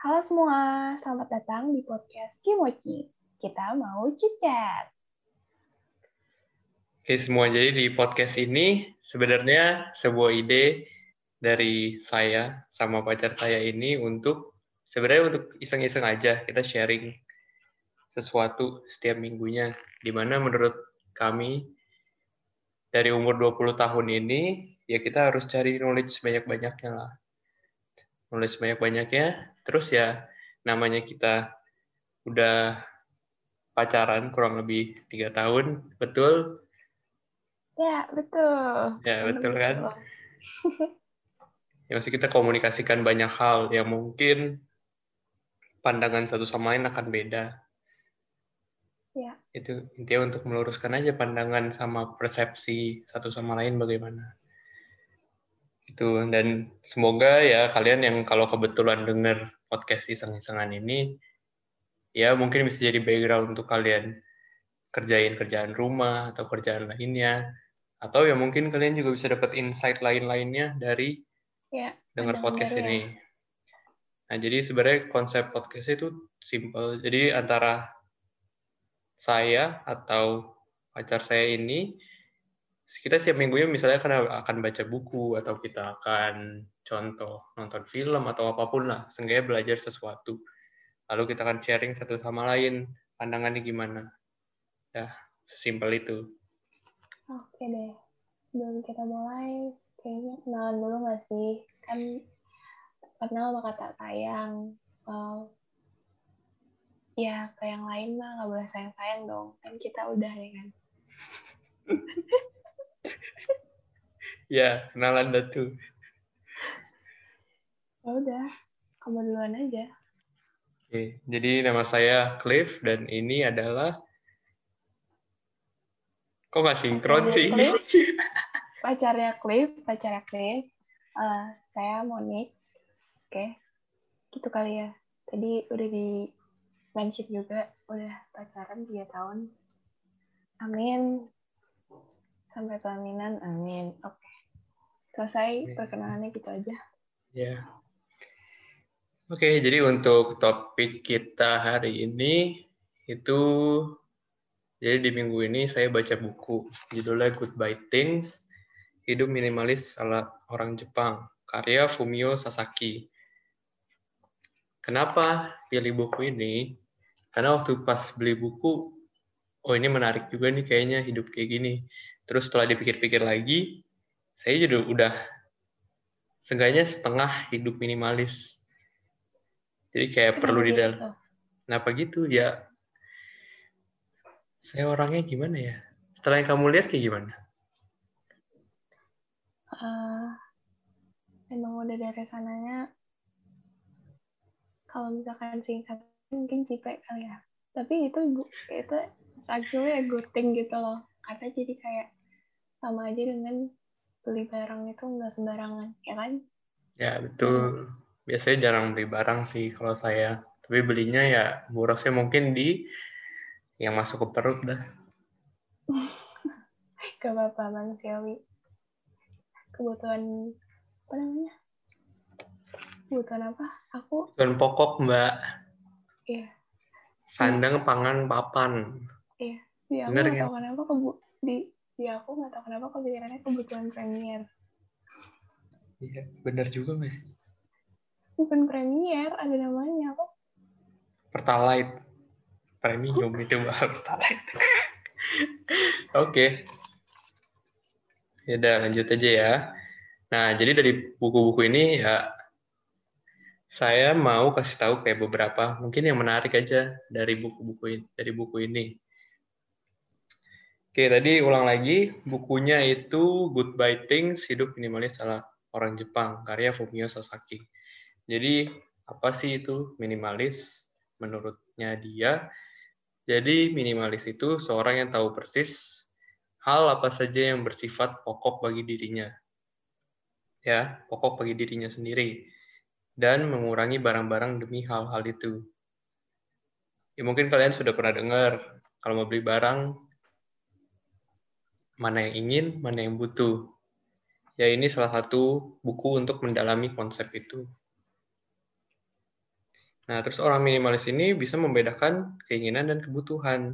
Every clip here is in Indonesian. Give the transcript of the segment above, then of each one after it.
Halo semua, selamat datang di podcast Kimochi. Kita mau chit-chat. Oke semua, jadi di podcast ini sebenarnya sebuah ide dari saya sama pacar saya ini sebenarnya untuk iseng-iseng aja, kita sharing sesuatu setiap minggunya. Dimana menurut kami dari umur 20 tahun ini, ya kita harus cari knowledge banyak-banyaknya lah. Knowledge banyak-banyaknya, terus ya namanya kita udah pacaran kurang lebih 3 tahun, betul? Ya, betul. Ya, betul kan? Betul. Ya, maksudnya kita komunikasikan banyak hal yang mungkin pandangan satu sama lain akan beda. Ya. Itu intinya untuk meluruskan aja pandangan sama persepsi satu sama lain bagaimana. Itu dan semoga ya kalian yang kalau kebetulan dengar podcast iseng-isengan ini ya mungkin bisa jadi background untuk kalian kerjain kerjaan rumah atau kerjaan lainnya atau ya mungkin kalian juga bisa dapat insight lain-lainnya dari dengar pandangan podcast baru ya. ini. Nah, jadi sebenarnya konsep podcast itu simple. Jadi antara saya atau pacar saya ini kita setiap minggunya misalnya akan baca buku atau kita akan contoh nonton film atau apapun lah, seenggaknya belajar sesuatu. Lalu kita akan sharing satu sama lain pandangannya gimana. Ya, sesimpel itu. Oke deh. Sebelum kita mulai, kayaknya kenalan dulu nggak sih? Kan kenal sama kata sayang. Ya, ke yang lain mah nggak boleh sayang-sayang dong. Kan kita udah ya kan. Ya, kenalan dah tuh. Ya udah, kamu duluan aja. Oke, jadi nama saya Cliff dan ini adalah kok nggak sinkron sih? Pacarnya Cliff. Saya Monique. Oke, gitu kali ya. Tadi udah di mention juga, udah pacaran 3 tahun. Amin. Sampai pelaminan, amin. Oke. Selesai perkenalannya gitu aja. Ya. Oke, jadi untuk topik kita hari ini itu jadi di minggu ini saya baca buku judulnya Goodbye Things, Hidup Minimalis ala Orang Jepang, karya Fumio Sasaki. Kenapa pilih buku ini? Karena waktu pas beli buku, oh ini menarik juga nih kayaknya hidup kayak gini. Terus setelah dipikir-pikir lagi, saya juga udah seenggaknya setengah hidup minimalis. Jadi kayak perlu di dalam. Gitu? Kenapa gitu? Ya, saya orangnya gimana ya? Setelah yang kamu lihat kayak gimana? Emang udah dari sananya, kalau misalkan singkat, mungkin Cipe kali ya. Tapi itu actually a good thing gitu loh. Karena jadi kayak sama aja dengan beli barang itu nggak sembarangan, ya kan? Ya, betul. Biasanya jarang beli barang sih kalau saya. Tapi belinya ya borosnya mungkin di yang masuk ke perut dah. Gak apa-apa manusiawi. Kebutuhan apa namanya? Kebutuhan apa? Aku Kebutuhan pokok, Mbak. iya Sandang, pangan, papan. iya di aku Bener nggak kan? tahu kenapa di aku nggak tahu kenapa kepikirannya kebutuhan premier. Iya, bener juga nggak sih? Bukan premier, ada namanya apa? Pertalite. Premium itu Mbak, Pertalite. Oke. Ya udah lanjut aja ya. Nah, jadi dari buku-buku ini ya saya mau kasih tahu kayak beberapa mungkin yang menarik aja dari buku ini. Oke, tadi ulang lagi, bukunya itu Goodbye Things, Hidup Minimalis ala Orang Jepang, karya Fumio Sasaki. Jadi, apa sih itu minimalis? Menurutnya dia, jadi minimalis itu seorang yang tahu persis hal apa saja yang bersifat pokok bagi dirinya. Ya, pokok bagi dirinya sendiri. Dan mengurangi barang-barang demi hal-hal itu. Ya, mungkin kalian sudah pernah dengar, kalau mau beli barang, mana yang ingin, mana yang butuh. Ya, ini salah satu buku untuk mendalami konsep itu. Nah, terus orang minimalis ini bisa membedakan keinginan dan kebutuhan.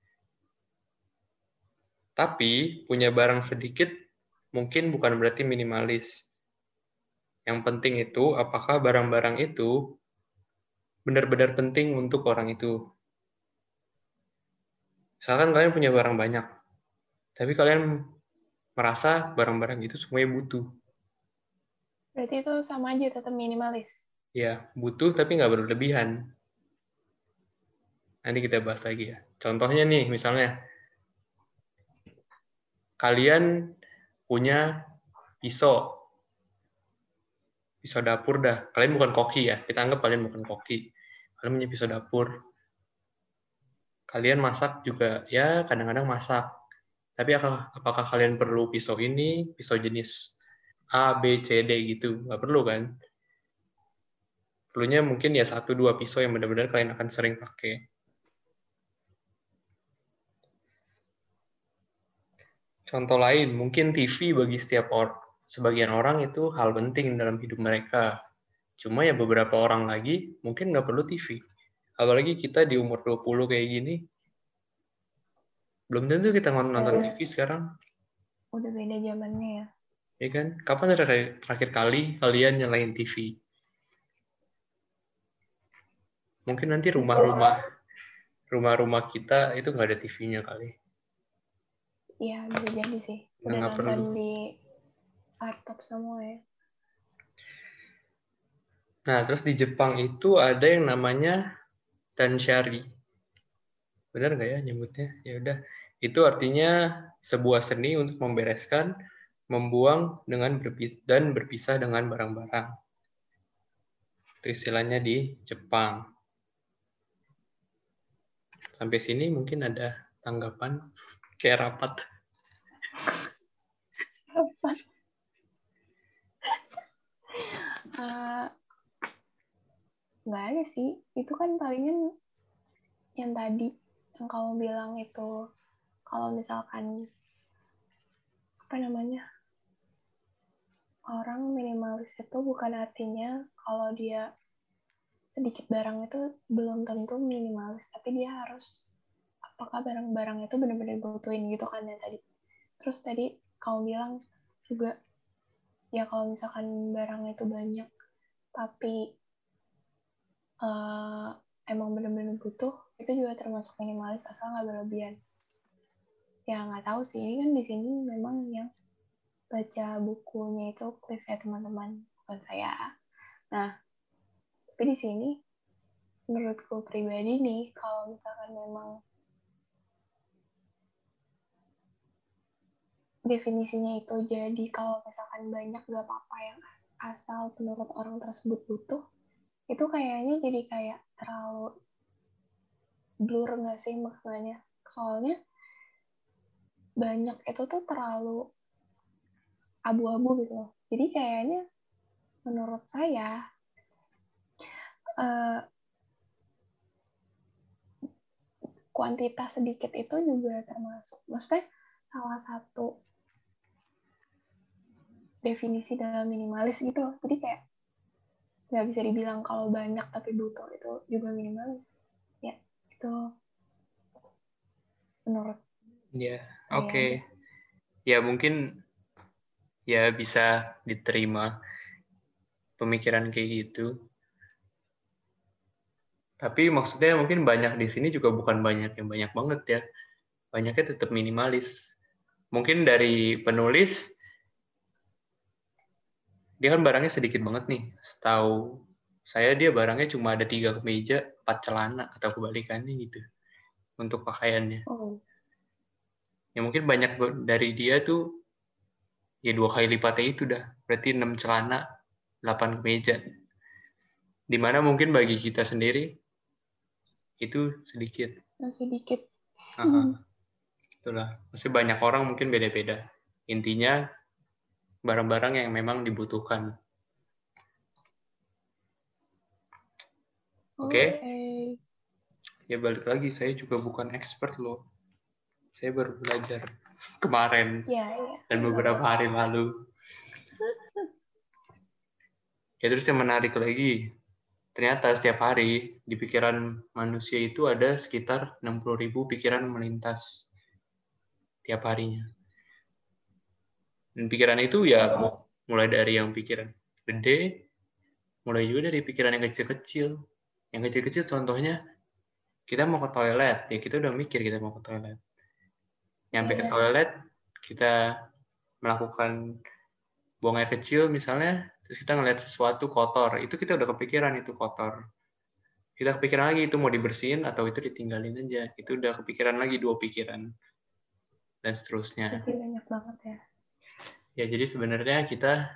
Tapi punya barang sedikit mungkin bukan berarti minimalis. Yang penting itu apakah barang-barang itu benar-benar penting untuk orang itu. Misalkan kalian punya barang banyak, tapi kalian merasa barang-barang itu semuanya butuh. Berarti itu sama aja tetap minimalis. Ya, butuh tapi nggak berlebihan. Nanti kita bahas lagi ya. Contohnya nih, misalnya kalian punya pisau dapur dah. Kalian bukan koki ya. Kita anggap kalian bukan koki. Kalian punya pisau dapur. Kalian masak juga, ya kadang-kadang masak. Tapi apakah kalian perlu pisau ini, pisau jenis A, B, C, D gitu? Nggak perlu kan? Perlunya mungkin ya 1-2 pisau yang benar-benar kalian akan sering pakai. Contoh lain, mungkin TV bagi sebagian orang itu hal penting dalam hidup mereka. Cuma ya beberapa orang lagi mungkin nggak perlu TV. Apalagi kita di umur 20 kayak gini, belum tentu kita nonton TV sekarang. Udah beda zamannya ya. Ya kan? Kapan terakhir kali kalian nyalain TV? Mungkin nanti rumah-rumah kita itu nggak ada TV-nya kali. Iya, bisa jadi sih. Udah Nggak nonton perlu. di laptop semua ya. Nah, terus di Jepang itu ada yang namanya danshari. Benar nggak ya nyebutnya? Ya udah. Itu artinya sebuah seni untuk membereskan, membuang dan berpisah dengan barang-barang. Itu istilahnya di Jepang. Sampai sini mungkin ada tanggapan kayak rapat. Nggak ada sih. Itu kan palingan yang tadi yang kamu bilang itu, kalau misalkan apa namanya, orang minimalis itu bukan artinya kalau dia sedikit barang itu belum tentu minimalis, tapi dia harus apakah barang-barang itu benar-benar butuhin gitu kan ya tadi. Terus tadi kamu bilang juga ya kalau misalkan barang itu banyak tapi emang benar-benar butuh, itu juga termasuk minimalis asal nggak berlebihan. Ya nggak tahu sih, ini kan di sini memang yang baca bukunya itu Cliff ya teman-teman, bukan saya. Nah, tapi di sini menurutku pribadi nih, kalau misalkan memang definisinya itu jadi kalau misalkan banyak gak apa-apa yang asal menurut orang tersebut butuh, itu kayaknya jadi kayak terlalu blur gak sih maknanya? Soalnya banyak itu tuh terlalu abu-abu gitu loh. Jadi kayaknya menurut saya kuantitas sedikit itu juga termasuk, maksudnya salah satu definisi dalam minimalis gitu loh. Jadi kayak nggak bisa dibilang kalau banyak tapi butuh itu juga minimalis. Ya, itu menurut Ya, saya oke. aja. Ya mungkin ya bisa diterima pemikiran kayak gitu. Tapi maksudnya mungkin banyak di sini juga bukan banyak yang banyak banget ya. Banyaknya tetap minimalis. Mungkin dari penulis, dia kan barangnya sedikit banget nih. Setahu saya dia barangnya cuma ada 3 kemeja, 4 celana, atau kebalikannya gitu. Untuk pakaiannya. Oh, Ya mungkin banyak dari dia tuh ya 2 kali lipatnya itu dah. Berarti 6 celana, 8 kemeja. Dimana mungkin bagi kita sendiri, itu sedikit. masih dikit. Aha, itulah. Masih banyak orang mungkin beda-beda. Intinya barang-barang yang memang dibutuhkan. Oke? Okay. Ya balik lagi, saya juga bukan expert loh. Saya baru belajar kemarin Ya, ya. dan beberapa hari lalu. Ya terus yang menarik lagi, ternyata setiap hari di pikiran manusia itu ada sekitar 60.000 pikiran melintas tiap harinya. Dan pikiran itu ya mulai dari yang pikiran gede, mulai juga dari pikiran yang kecil-kecil. Yang kecil-kecil contohnya, kita mau ke toilet, ya kita udah mikir kita mau ke toilet. Nyampe ke toilet, kita melakukan buang air kecil misalnya, terus kita ngeliat sesuatu kotor, itu kita udah kepikiran itu kotor. Kita kepikiran lagi itu mau dibersihin atau itu ditinggalin aja. Itu udah kepikiran lagi 2 pikiran. Dan seterusnya. Berarti banyak banget ya. Ya, jadi sebenarnya kita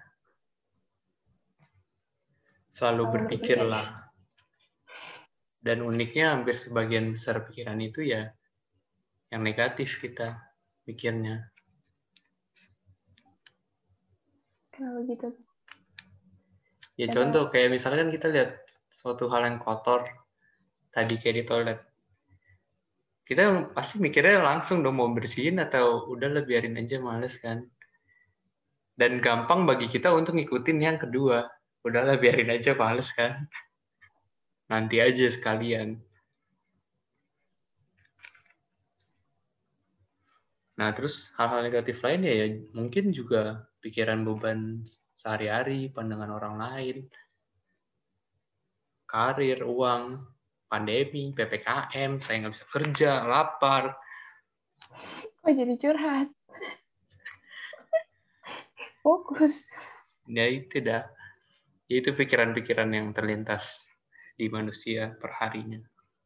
selalu berpikir lah. Dan uniknya hampir sebagian besar pikiran itu ya yang negatif kita pikirnya. Kenapa gitu? Ya contoh kayak misalkan kita lihat suatu hal yang kotor tadi kayak di toilet. Kita pasti mikirnya langsung dong mau bersihin atau udah biarin aja males kan. Dan gampang bagi kita untuk ngikutin yang kedua. Udahlah biarin aja males kan. Nanti aja sekalian. Nah, terus hal-hal negatif lain ya mungkin juga pikiran beban sehari-hari, pandangan orang lain, karir, uang, pandemi, PPKM, saya nggak bisa kerja, lapar. Kok jadi curhat? Fokus. Ya itu dah. Ya, itu pikiran-pikiran yang terlintas di manusia per harinya.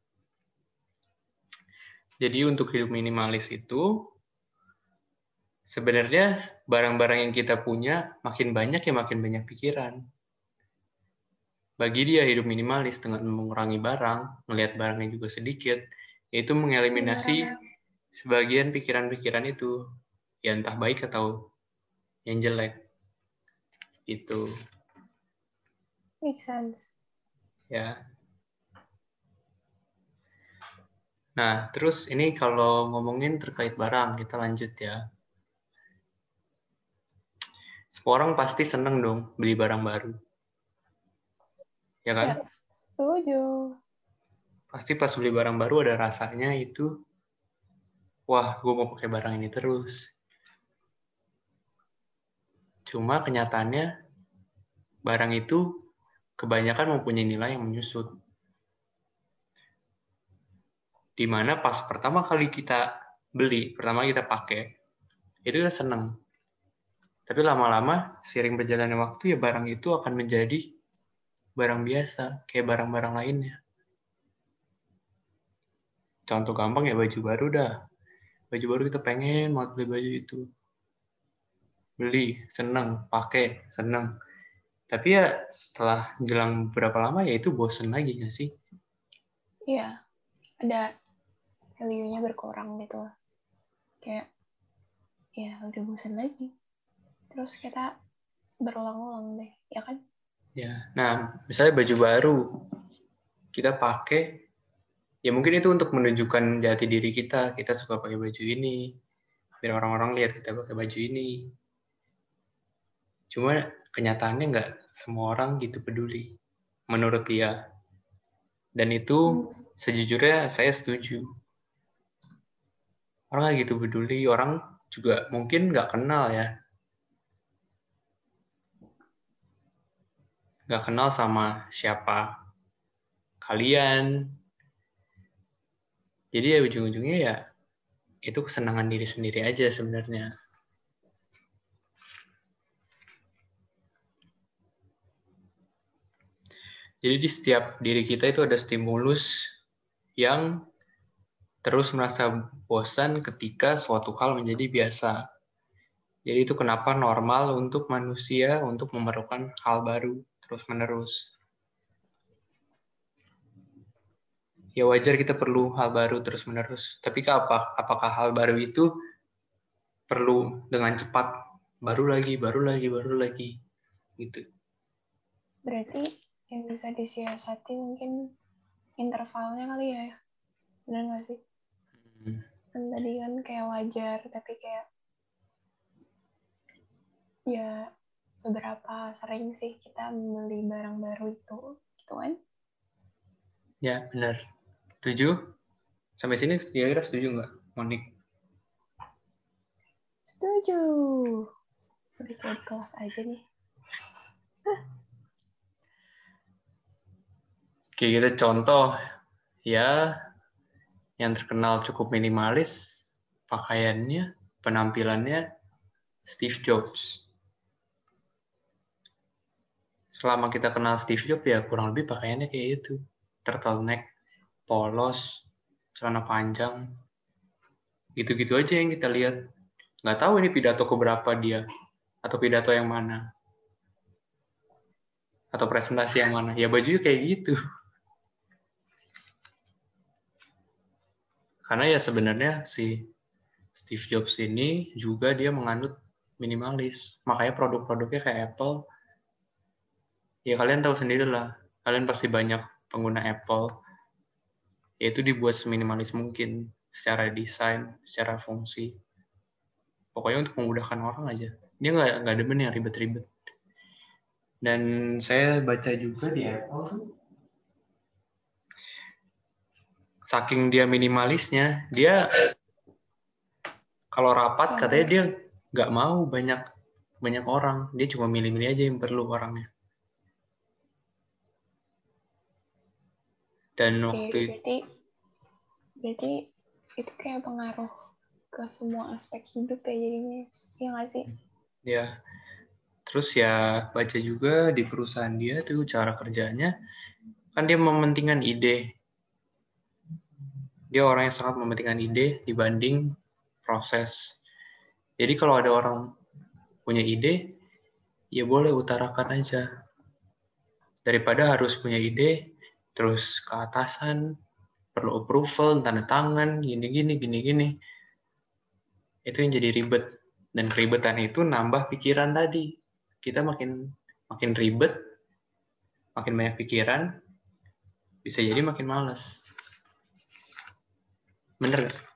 Jadi untuk hidup minimalis itu, sebenarnya barang-barang yang kita punya makin banyak ya makin banyak pikiran. Bagi dia hidup minimalis dengan mengurangi barang, melihat barangnya juga sedikit, yaitu mengeliminasi sebagian pikiran-pikiran itu, ya entah baik atau yang jelek. Itu. Make sense. Ya. Nah, terus ini kalau ngomongin terkait barang, kita lanjut ya. Semua orang pasti seneng dong beli barang baru. Ya kan? Ya, setuju. Pasti pas beli barang baru ada rasanya itu, wah, gue mau pakai barang ini terus. Cuma kenyataannya, barang itu kebanyakan mempunyai nilai yang menyusut. Di mana pas pertama kali kita beli, pertama kita pakai, itu kita seneng. Tapi lama-lama, seiring berjalannya waktu, ya barang itu akan menjadi barang biasa, kayak barang-barang lainnya. Contoh gampang ya baju baru dah. Baju baru kita pengen banget beli baju itu. Beli, seneng, pakai, seneng. Tapi ya setelah jelang beberapa lama ya itu bosen lagi nggak sih? Iya, ada value-nya berkurang gitu. Kayak, ya udah bosan lagi. Terus kita berulang-ulang deh, ya kan? Ya, nah misalnya baju baru kita pakai, ya mungkin itu untuk menunjukkan jati diri kita. Kita suka pakai baju ini, biar orang-orang lihat kita pakai baju ini. Cuma kenyataannya nggak semua orang gitu peduli, menurut dia. Dan itu sejujurnya saya setuju. Orang nggak gitu peduli, orang juga mungkin nggak kenal ya. Nggak kenal sama siapa kalian. Jadi ya ujung-ujungnya ya itu kesenangan diri sendiri aja sebenarnya. Jadi di setiap diri kita itu ada stimulus yang terus merasa bosan ketika suatu hal menjadi biasa. Jadi itu kenapa normal untuk manusia untuk memerlukan hal baru terus-menerus. Ya wajar kita perlu hal baru terus-menerus. Tapi apakah hal baru itu perlu dengan cepat? Baru lagi, baru lagi. Gitu. Berarti yang bisa disiasati mungkin intervalnya kali ya. Benar nggak sih? Kan tadi kan kayak wajar, tapi kayak ya seberapa sering sih kita membeli barang baru itu, gitu kan? Ya, benar. Setuju? Sampai sini kira-kira setuju nggak, Monik? Setuju. Udah kayak di kelas aja nih. Oke, kita contoh ya yang terkenal cukup minimalis pakaiannya, penampilannya Steve Jobs. Selama kita kenal Steve Jobs ya kurang lebih pakaiannya kayak itu. Turtleneck, polos, celana panjang, gitu-gitu aja yang kita lihat. Nggak tahu ini pidato keberapa dia, atau pidato yang mana, atau presentasi yang mana. Ya bajunya kayak gitu. Karena ya sebenarnya si Steve Jobs ini juga dia menganut minimalis. Makanya produk-produknya kayak Apple, ya kalian tahu sendiri lah. Kalian pasti banyak pengguna Apple, yaitu dibuat seminimalis mungkin secara desain, secara fungsi. Pokoknya untuk memudahkan orang aja. Dia nggak demen yang ribet-ribet. Dan saya baca juga di Apple, saking dia minimalisnya, dia kalau rapat katanya dia nggak mau banyak orang. Dia cuma milih-milih aja yang perlu orangnya. Dan Oke, berarti itu kayak pengaruh ke semua aspek hidup ya jadinya. Iya nggak sih? ya, terus ya baca juga di perusahaan dia tuh cara kerjanya, kan dia mementingkan ide. Dia orang yang sangat mementingkan ide dibanding proses. Jadi kalau ada orang punya ide, ya boleh utarakan aja. Daripada harus punya ide, terus ke atasan, perlu approval, tanda tangan, gini-gini. Itu yang jadi ribet. Dan keribetan itu nambah pikiran tadi. Kita makin ribet, makin banyak pikiran, bisa jadi makin malas. Bener gak?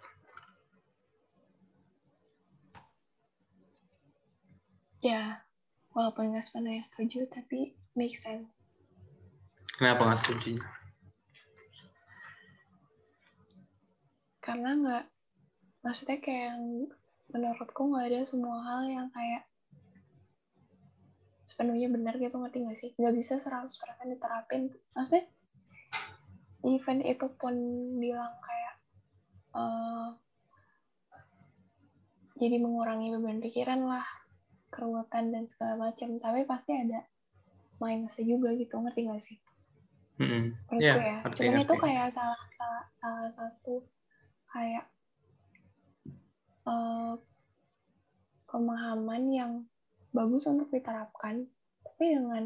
Ya, walaupun nggak sepenuhnya setuju, tapi make sense. Kenapa nggak setuju? Karena nggak, maksudnya kayak menurutku nggak ada semua hal yang kayak sepenuhnya benar gitu, ngerti nggak sih? Nggak bisa 100% diterapin. Maksudnya, event itu pun bilang kayak jadi mengurangi beban pikiran lah, keruwetan dan segala macam, tapi pasti ada minusnya juga gitu, ngerti nggak sih? Menurutku ya, cuman itu kayak salah satu kayak pemahaman yang bagus untuk diterapkan, tapi dengan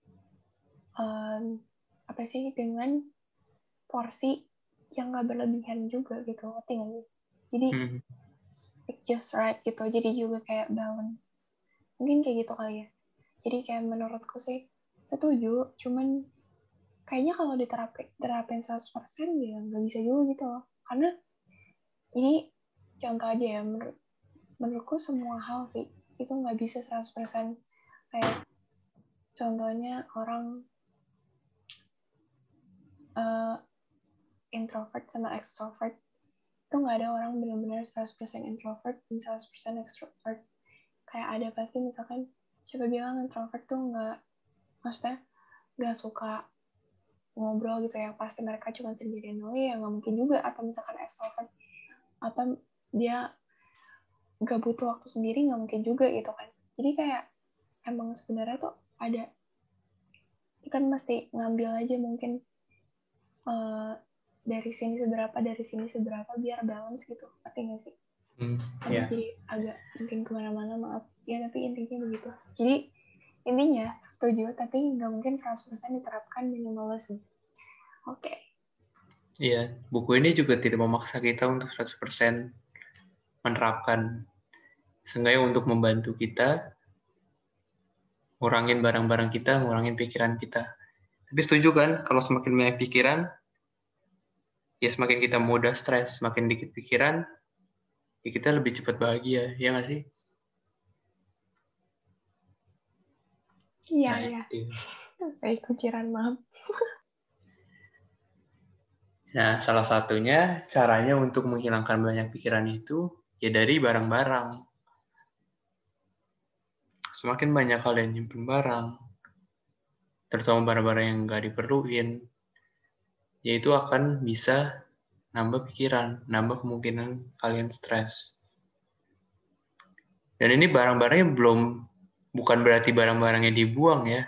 apa sih, dengan porsi yang nggak berlebihan juga gitu, ngerti nggak sih? Jadi just right gitu, jadi juga kayak balance, mungkin kayak gitu kali ya. Jadi kayak menurutku sih setuju, cuman kayaknya kalau diterapin 100% ya nggak bisa juga gitu loh. Karena ini contoh aja ya, menurutku semua hal sih itu nggak bisa 100%. Kayak contohnya orang introvert sama extrovert, itu nggak ada orang benar-benar 100% introvert dan 100% extrovert. Kayak ada pasti, misalkan siapa bilang introvert tuh nggak, maksudnya nggak suka ngobrol gitu ya, pasti mereka cuma sendirian doang ya, nggak mungkin juga. Atau misalkan extrovert, apa dia nggak butuh waktu sendiri, nggak mungkin juga gitu kan. Jadi kayak emang sebenarnya tuh ada, kita mesti ngambil aja mungkin dari sini seberapa biar balance gitu, ngerti nggak sih? Jadi agak mungkin kemana-mana, maaf ya, tapi intinya begitu. Jadi intinya setuju, tapi nggak mungkin 100% diterapkan minimalism. Oke. Iya, buku ini juga tidak memaksa kita untuk 100% menerapkan. Seenggaknya untuk membantu kita ngurangin barang-barang kita, ngurangin pikiran kita. Tapi setuju kan, kalau semakin banyak pikiran, ya semakin kita mudah stres. Semakin dikit pikiran, ya kita lebih cepat bahagia, ya nggak sih? Iya, Nah, iya. itu. Kayak kunciran, maaf. Nah, salah satunya caranya untuk menghilangkan banyak pikiran itu ya dari barang-barang. Semakin banyak kalian nyimpen barang, terutama barang-barang yang nggak diperluin, yaitu akan bisa nambah pikiran, nambah kemungkinan kalian stres. Dan ini barang-barangnya bukan berarti barang-barangnya dibuang ya.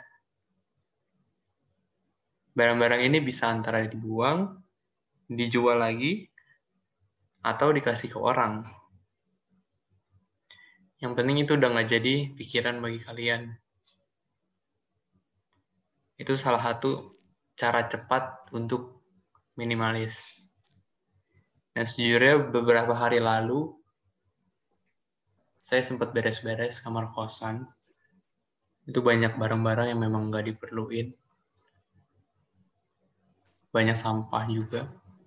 Barang-barang ini bisa antara dibuang, dijual lagi, atau dikasih ke orang. Yang penting itu udah nggak jadi pikiran bagi kalian. Itu salah satu cara cepat untuk minimalis. Dan sejujurnya beberapa hari lalu, saya sempat beres-beres kamar kosan. Itu banyak barang-barang yang memang nggak diperluin. Banyak sampah juga.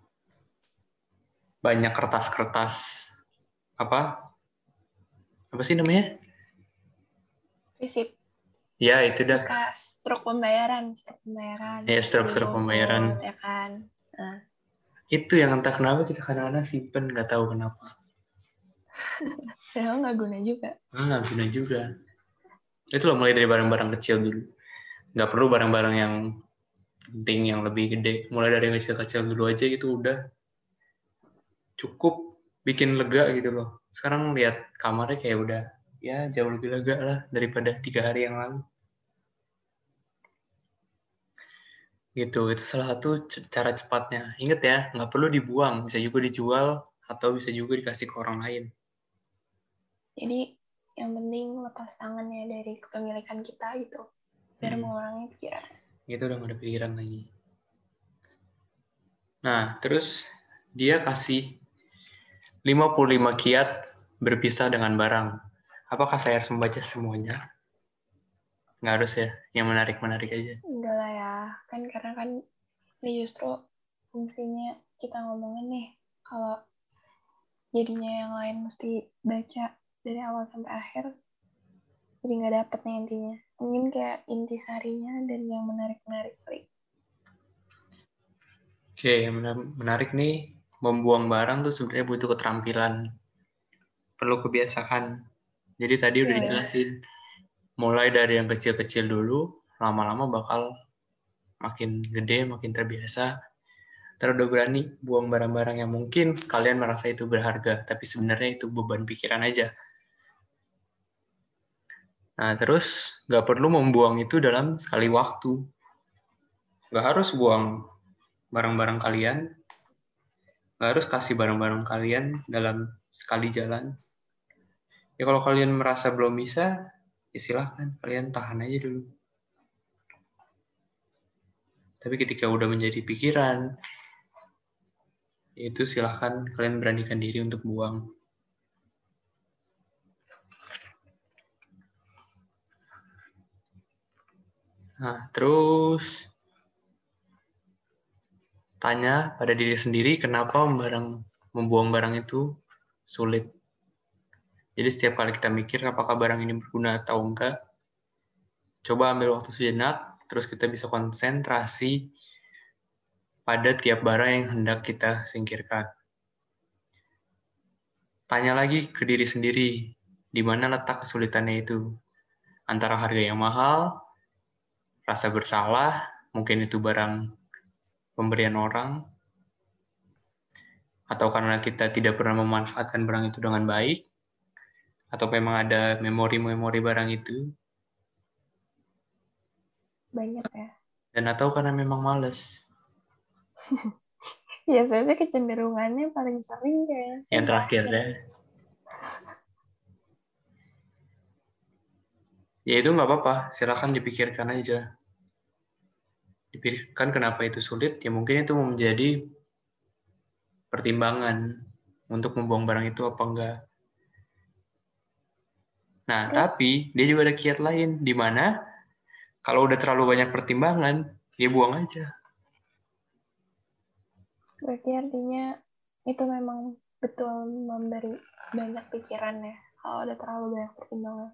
Banyak kertas-kertas. Apa sih namanya? Visip. Ya, itu dah. Bekas struk pembayaran. Ya, struk Di pembayaran. GoFood, ya kan. Nah. Itu yang entah kenapa kita kadang-kadang simpen, nggak tahu kenapa. Padahal nggak guna juga. Nggak guna juga. Itu loh, mulai dari barang-barang kecil dulu. Nggak perlu barang-barang yang penting, yang lebih gede. Mulai dari yang kecil-kecil dulu aja itu udah cukup bikin lega gitu loh. Sekarang lihat kamarnya kayak udah ya jauh lebih lega lah daripada 3 hari yang lalu. Gitu, itu salah satu cara cepatnya. Ingat ya, nggak perlu dibuang, bisa juga dijual atau bisa juga dikasih ke orang lain. Jadi yang penting lepas tangannya dari kepemilikan kita gitu, biar mengurangi pikiran. Itu udah nggak ada pikiran lagi. Nah, terus dia kasih 55 kiat berpisah dengan barang. Apakah saya harus membaca semuanya? Nggak harus ya, yang menarik-menarik aja. Enggak lah ya, kan karena kan ini justru fungsinya kita ngomongin nih, kalau jadinya yang lain mesti baca dari awal sampai akhir, jadi nggak dapet nih intinya. Mungkin kayak intisarinya dan yang menarik-menarik kali. Oke, yang menarik nih, membuang barang tuh sebenarnya butuh keterampilan. Perlu kebiasaan. Jadi tadi udah dijelasin, mulai dari yang kecil-kecil dulu, lama-lama bakal makin gede, makin terbiasa. Terus udah berani buang barang-barang yang mungkin kalian merasa itu berharga, tapi sebenarnya itu beban pikiran aja. Nah, terus nggak perlu membuang itu dalam sekali waktu. Nggak harus buang barang-barang kalian, nggak harus kasih barang-barang kalian dalam sekali jalan. Ya kalau kalian merasa belum bisa, ya silahkan, kalian tahan aja dulu. Tapi ketika udah menjadi pikiran, itu silahkan kalian beranikan diri untuk buang. Nah, terus tanya pada diri sendiri kenapa membuang barang itu sulit. Jadi setiap kali kita mikir apakah barang ini berguna atau enggak, coba ambil waktu sejenak, terus kita bisa konsentrasi pada tiap barang yang hendak kita singkirkan. Tanya lagi ke diri sendiri, di mana letak kesulitannya itu. Antara harga yang mahal, rasa bersalah, mungkin itu barang pemberian orang, atau karena kita tidak pernah memanfaatkan barang itu dengan baik, atau memang ada memori-memori barang itu. Banyak ya. Dan atau karena memang males. Ya, saya sih kecenderungannya paling sering kayak Yang terakhir ya. Ya itu nggak apa-apa, silakan dipikirkan aja. Dipikirkan kenapa itu sulit, ya mungkin itu menjadi pertimbangan untuk membuang barang itu apa enggak. Nah, Terus, tapi dia juga ada kiat lain, di mana kalau udah terlalu banyak pertimbangan, ya buang aja. berarti artinya itu memang betul memberi banyak pikiran ya, kalau udah terlalu banyak pertimbangan.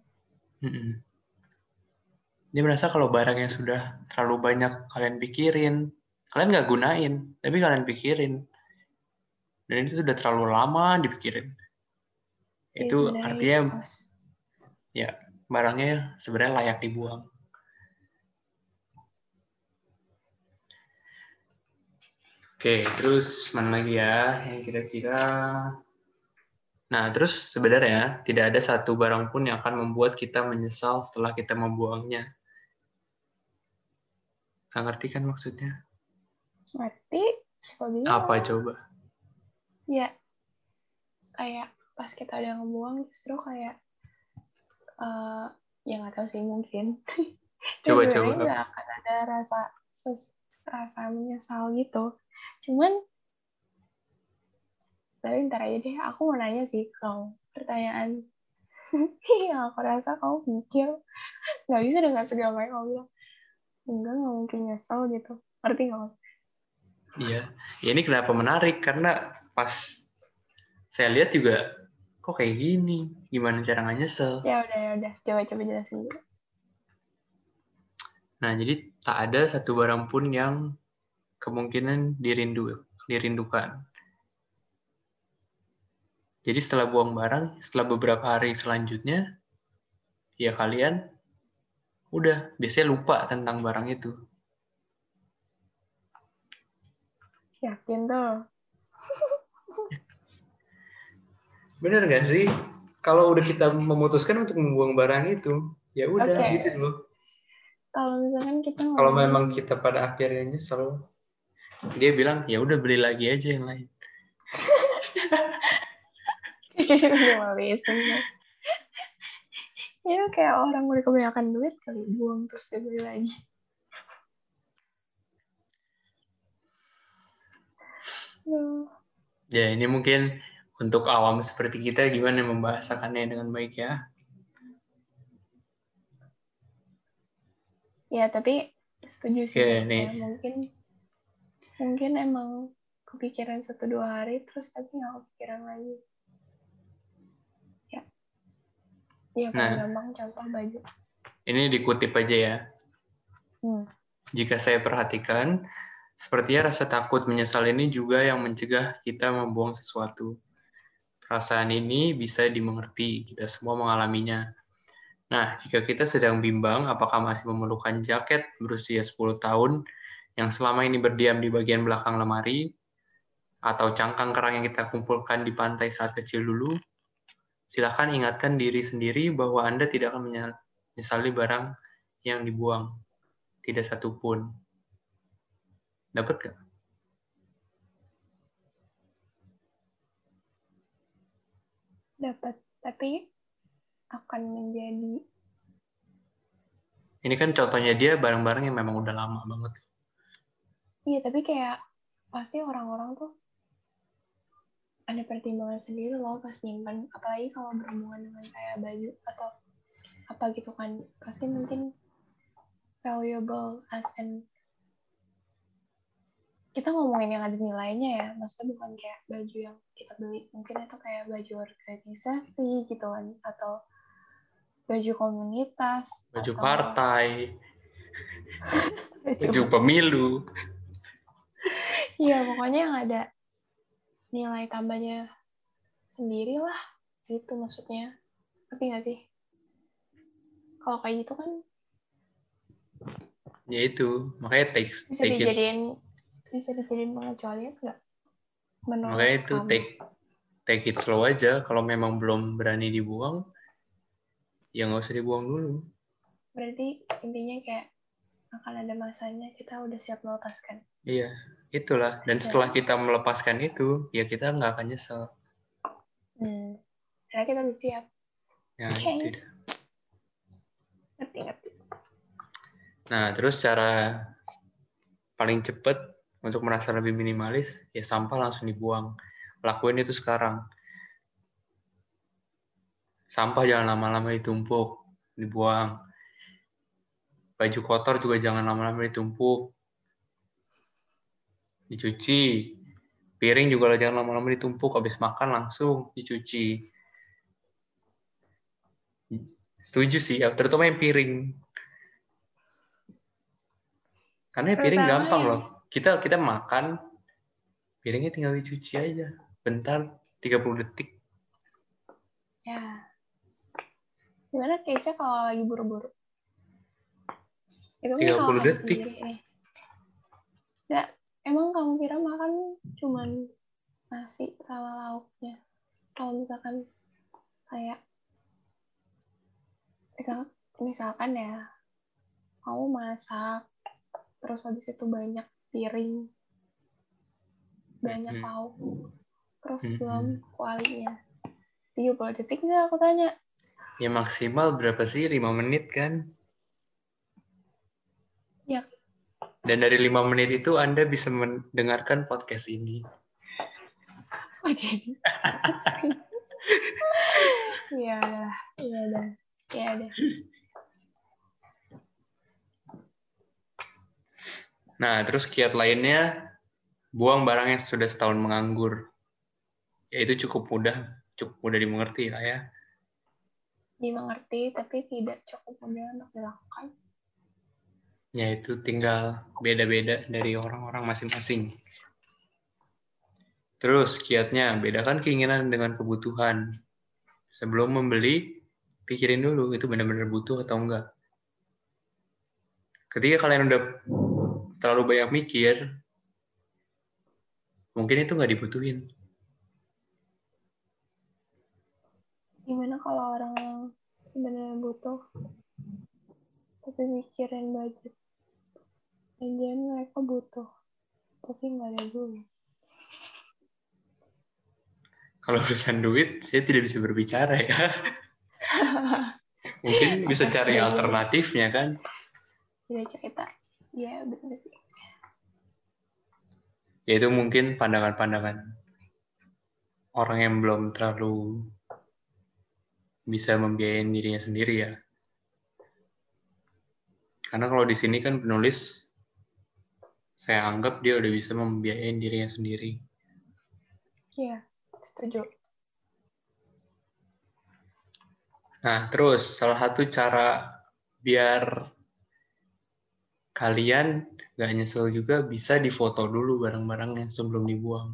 Dia merasa kalau barang yang sudah terlalu banyak kalian pikirin, Kalian nggak gunain, tapi kalian pikirin. Dan itu udah terlalu lama dipikirin. Itu artinya ya barangnya sebenarnya layak dibuang. Oke, terus mana lagi ya yang kira-kira. Nah, terus sebenarnya tidak ada satu barang pun yang akan membuat kita menyesal setelah kita membuangnya. Nggak ngerti kan maksudnya? Ngerti? Siapa bilang? Apa coba? Ya, kayak pas kita udah ngebuang justru kayak ya nggak tahu sih mungkin. Coba. Sebenarnya nggak akan ada rasa menyesal gitu. Cuman tapi ntar aja deh, aku mau nanya sih kalau pertanyaan yang aku rasa kamu mikir nggak bisa dengan segamanya kamu bilang nggak mungkin nyesel gitu, ngerti nggak? Iya, ya ini kenapa menarik karena pas saya lihat juga kok kayak gini, gimana cara nggak nyesel? Ya udah, coba jelasin dulu. Nah, jadi tak ada satu barang pun yang kemungkinan dirindukan. Jadi setelah buang barang, setelah beberapa hari selanjutnya, ya kalian udah biasanya lupa tentang barang itu. Yakin tuh? Bener nggak sih? Kalau udah kita memutuskan untuk membuang barang itu, ya udah gitu loh. Kalau misalkan kita Kalau memang kita pada akhirnya nyesel, dia bilang ya udah beli lagi aja yang lain. jadi minimalism ya kayak orang udah kebanyakan duit kali buang terus dibeli lagi. Ya ini mungkin untuk awam seperti kita gimana membahasakannya dengan baik ya. Ya tapi setuju sih Oke, ya nih. mungkin emang kepikiran 1-2 hari terus tapi nggak kepikiran lagi. Ya paling gampang contoh baju. Ini dikutip aja ya. Jika saya perhatikan, sepertinya rasa takut menyesal ini juga yang mencegah kita membuang sesuatu. Perasaan ini bisa dimengerti, kita semua mengalaminya. Nah, jika kita sedang bimbang apakah masih memerlukan jaket berusia 10 tahun yang selama ini berdiam di bagian belakang lemari, atau cangkang kerang yang kita kumpulkan di pantai saat kecil dulu, silakan ingatkan diri sendiri bahwa Anda tidak akan menyesali barang yang dibuang. Tidak satu pun. Dapat nggak? Dapat, tapi akan menjadi. Ini kan contohnya dia barang-barang yang memang udah lama banget. Iya, tapi kayak pasti orang-orang tuh ada pertimbangan sendiri loh pas nyimpan. Apalagi kalau berhubungan dengan kayak baju atau apa gitu kan. Pasti mungkin valuable as in kita ngomongin yang ada nilainya ya, maksudnya bukan kayak baju yang kita beli, mungkin itu kayak baju organisasi gitu kan, atau baju komunitas, Baju atau partai, baju pemilu. Iya, pokoknya yang ada nilai tambahnya sendiri lah, gitu maksudnya. Ngerti nggak sih? Kalau kayak gitu kan Ya itu, makanya bisa dijadiin pengecualian nggak? Menurut makanya itu kamu? take it slow aja. Kalau memang belum berani dibuang, ya nggak usah dibuang dulu. Berarti intinya kayak akan ada masanya kita udah siap melepaskan. Iya, itulah. Dan setelah kita melepaskan itu, ya kita nggak akan nyesel. Karena kita udah siap. Ya, itu. Ngerti. Nah, terus cara paling cepat untuk merasa lebih minimalis, ya sampah langsung dibuang. Lakuin itu sekarang. Sampah jangan lama-lama ditumpuk, dibuang. Baju kotor juga jangan lama-lama ditumpuk, dicuci. Piring juga jangan lama-lama ditumpuk, habis makan langsung dicuci. Setuju sih, ya, terutama yang piring. Karena piring gampang loh. kita makan, piringnya tinggal dicuci aja. Bentar, 30 detik. Ya. Gimana case-nya kalau lagi buru-buru? Itu kan kalau 30 kamu detik. sendiri nih. Nggak, emang kamu kira makan cuman nasi sama lauknya? Kalau misalkan kayak misalkan ya, kamu masak, terus habis itu banyak piring, banyak lauk, terus belum kualinya. 30 detik nggak aku tanya? Ya maksimal berapa sih? 5 menit kan? Ya. Dan dari 5 menit itu Anda bisa mendengarkan podcast ini. Oh jadi. Iya udah. Ya udah. Nah, terus kiat lainnya, buang barang yang sudah setahun menganggur. Ya itu cukup mudah dimengerti lah ya. Dimengerti, tapi tidak cukup mudah untuk dilakukan. Ya itu tinggal beda-beda dari orang-orang masing-masing. Terus kiatnya, bedakan keinginan dengan kebutuhan. Sebelum membeli, pikirin dulu itu benar-benar butuh atau enggak. Ketika kalian udah terlalu banyak mikir, mungkin itu nggak dibutuhin. Gimana kalau orang yang sebenarnya butuh, tapi mikirin budget? Dan mereka butuh, tapi nggak ada duit. Kalau urusan duit, saya tidak bisa berbicara ya. Mungkin bisa cari alternatifnya kan. Tidak cerita. Ya betul sih. Ya itu mungkin pandangan-pandangan orang yang belum terlalu bisa membiayain dirinya sendiri ya. Karena kalau di sini kan penulis, saya anggap dia udah bisa membiayain dirinya sendiri. Iya, setuju. Nah, terus salah satu cara biar kalian gak nyesel juga bisa difoto dulu barang-barangnya sebelum dibuang.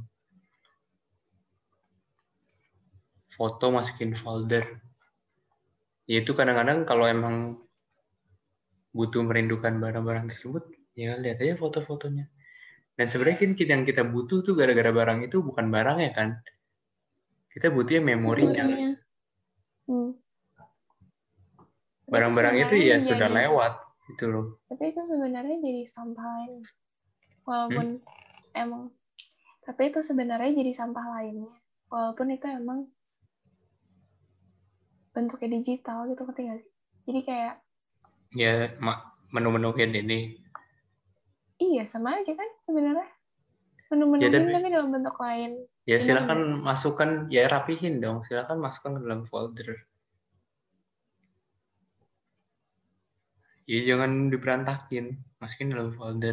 Foto masukin folder. Yaitu kadang-kadang kalau emang butuh merindukan barang-barang tersebut, ya lihat aja foto-fotonya. Dan sebenarnya kan yang kita butuh tuh gara-gara barang itu bukan barangnya kan. Kita butuhnya memorinya. Barang-barang itu ya sudah lewat gitu loh. Tapi itu sebenarnya jadi sampah lain. Walaupun emang, tapi itu sebenarnya jadi sampah lainnya. Walaupun itu emang bentuknya digital gitu, ngerti nggak sih? Jadi kayak ya menu-menuhin ini. iya sama aja kan sebenarnya. Menu-menuhin tapi dalam bentuk lain. Ya silakan masukkan, ya rapihin dong. Silakan masukkan ke dalam folder. Ya jangan diberantakin, masukin dalam folder.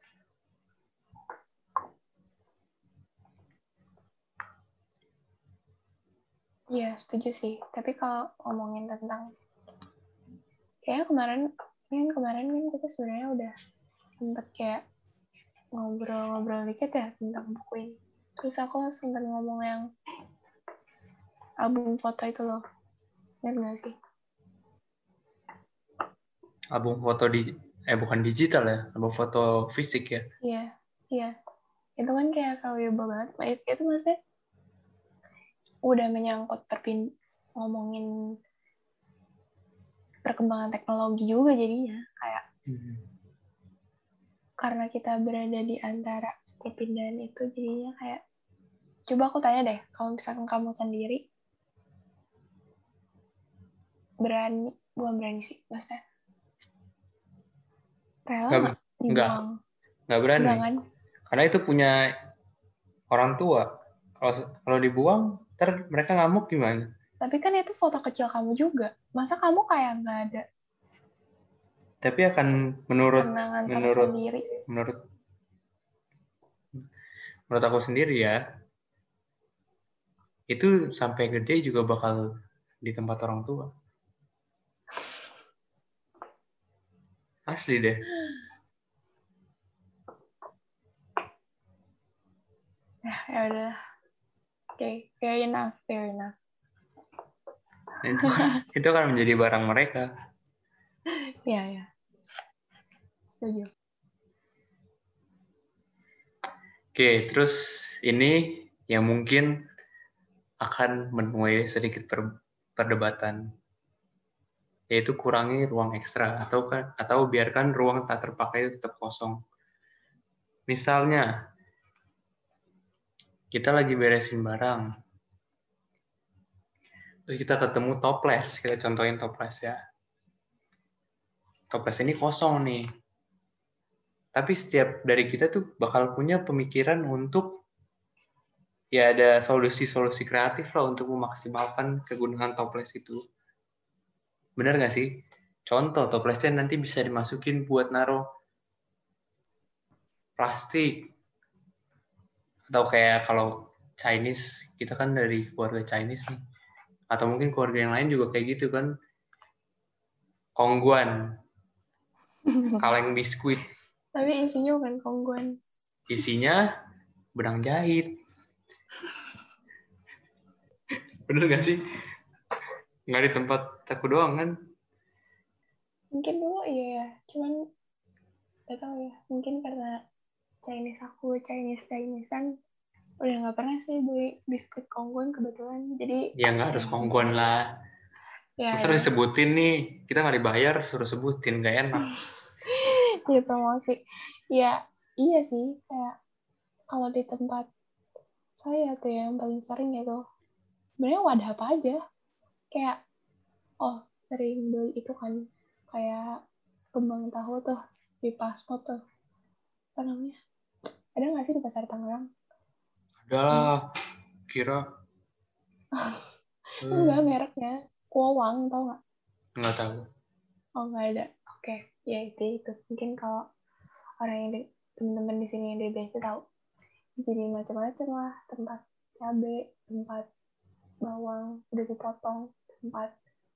Iya setuju sih. Tapi kalau ngomongin tentang kayaknya kemarin kan kita sebenarnya udah sempet kayak ngobrol-ngobrol dikit ya tentang buku ini. Terus aku sempet ngomong yang album foto itu loh. Ingat nggak sih? Album foto bukan digital ya, album foto fisik ya. Iya. Itu kan kayak valuable banget. Itu maksudnya udah menyangkut ngomongin perkembangan teknologi juga jadinya. Kayak karena kita berada di antara perpindahan itu jadinya kayak coba aku tanya deh, kalau misalkan kamu sendiri bukan berani sih, maksudnya rela nggak dibuang? Nggak berani. Enggak kan? Karena itu punya orang tua. Kalau dibuang, ntar mereka ngamuk gimana? Tapi kan itu foto kecil kamu juga. Masa kamu kayak nggak ada? Tapi akan menurut aku sendiri ya, itu sampai gede juga bakal di tempat orang tua. Asli deh. ya udah. Oke, fair enough. Itu akan menjadi barang mereka. Ya. Setuju. Oke, terus ini yang mungkin akan menuai sedikit perdebatan, yaitu kurangi ruang ekstra atau biarkan ruang tak terpakai itu tetap kosong. Misalnya, kita lagi beresin barang, terus kita ketemu toples, kita contohin toples ya. Toples ini kosong nih, tapi setiap dari kita tuh bakal punya pemikiran untuk ya ada solusi-solusi kreatif lah untuk memaksimalkan kegunaan toples itu. Bener nggak sih? Contoh, toplesnya nanti bisa dimasukin buat naruh plastik. Atau kayak kalau Chinese, kita kan dari keluarga Chinese nih. Atau mungkin keluarga yang lain juga kayak gitu kan. Kongguan, kaleng biskuit. Tapi isinya bukan kongguan. Isinya benang jahit. Bener nggak sih? Nggak di tempat aku doang kan? Mungkin dulu iya ya, cuman gak tahu ya. Mungkin karena Chinese-an udah nggak pernah sih beli biskuit kongguan kebetulan. Jadi Ya nggak harus kongguan lah. Masa harus ya disebutin nih, kita nggak dibayar, suruh sebutin, nggak enak. jadi promosi. Ya iya sih, kayak kalau di tempat saya tuh yang paling sering itu sebenarnya wadah apa aja. Kayak sering beli itu kan kayak kembang tahu tuh di Paspot tuh. Apa namanya? Ada nggak sih di Pasar Tangerang? Udah lah, kira. Enggak, mereknya. Kuowang, tau nggak? Nggak tahu. Oh, nggak ada. Oke, ya itu. Mungkin kalau orang yang teman-teman di sini yang dari BSD tahu. Jadi macam-macam lah. Tempat cabai, tempat bawang udah dipotong, tempat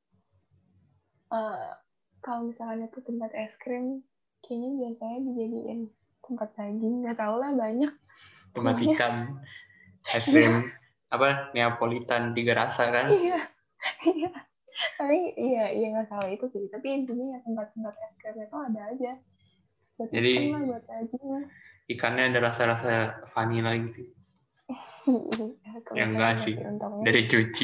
kalau misalnya itu tempat es krim, kayaknya biasanya dijadiin tempat daging. Nggak tahu lah, banyak. Tempat Pokoknya, ikan, es krim, apa, Neapolitan, 3 rasa kan? iya. Iya. Tapi iya nggak salah itu sih. Tapi intinya ya tempat-tempat es krim itu ada aja. Buat Jadi ikan lah, buat daging lah. ikannya ada rasa-rasa vanilla gitu. Ya Kebetulan enggak nggak sih, sih untungnya. dari cuci.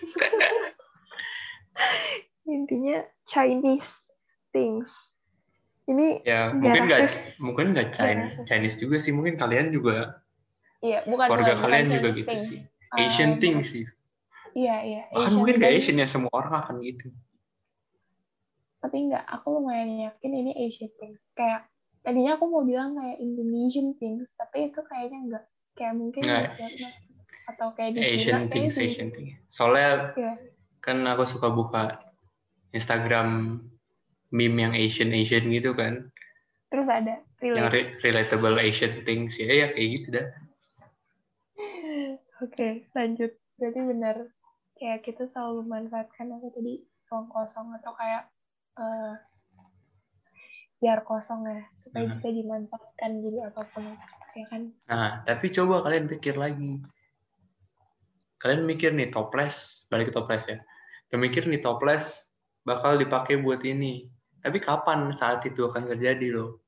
Intinya Chinese things. Ini Ya gak rasis. mungkin nggak Gak rasis. Chinese juga sih, mungkin kalian juga, Iya, bukan keluarga kalian juga Chinese gitu things. sih. Asian Bukan. things sih. Iya, Bahkan Asian mungkin nggak things. Asian ya, semua orang akan gitu. Tapi enggak, aku lumayan yakin ini Asian things. Kayak tadinya aku mau bilang kayak Indonesian things, tapi itu kayaknya enggak. Kayak mungkin di Nggak, Vietnam atau kayak di Cina Asian kayaknya things, tinggi. Asian things. Soalnya Iya, kan aku suka buka Instagram meme yang Asian gitu kan. terus ada Yang relate. relatable Asian things, ya kayak gitu dah. Oke, lanjut. Berarti benar kayak kita selalu memanfaatkan apa tadi ruang kosong atau kayak eh, biar kosong ya supaya bisa dimanfaatkan jadi apapun ya kan. Nah, tapi coba kalian pikir lagi. Kalian mikir nih toples, balik ke toples ya. Kalian mikir nih toples bakal dipakai buat ini. Tapi kapan saat itu akan terjadi loh?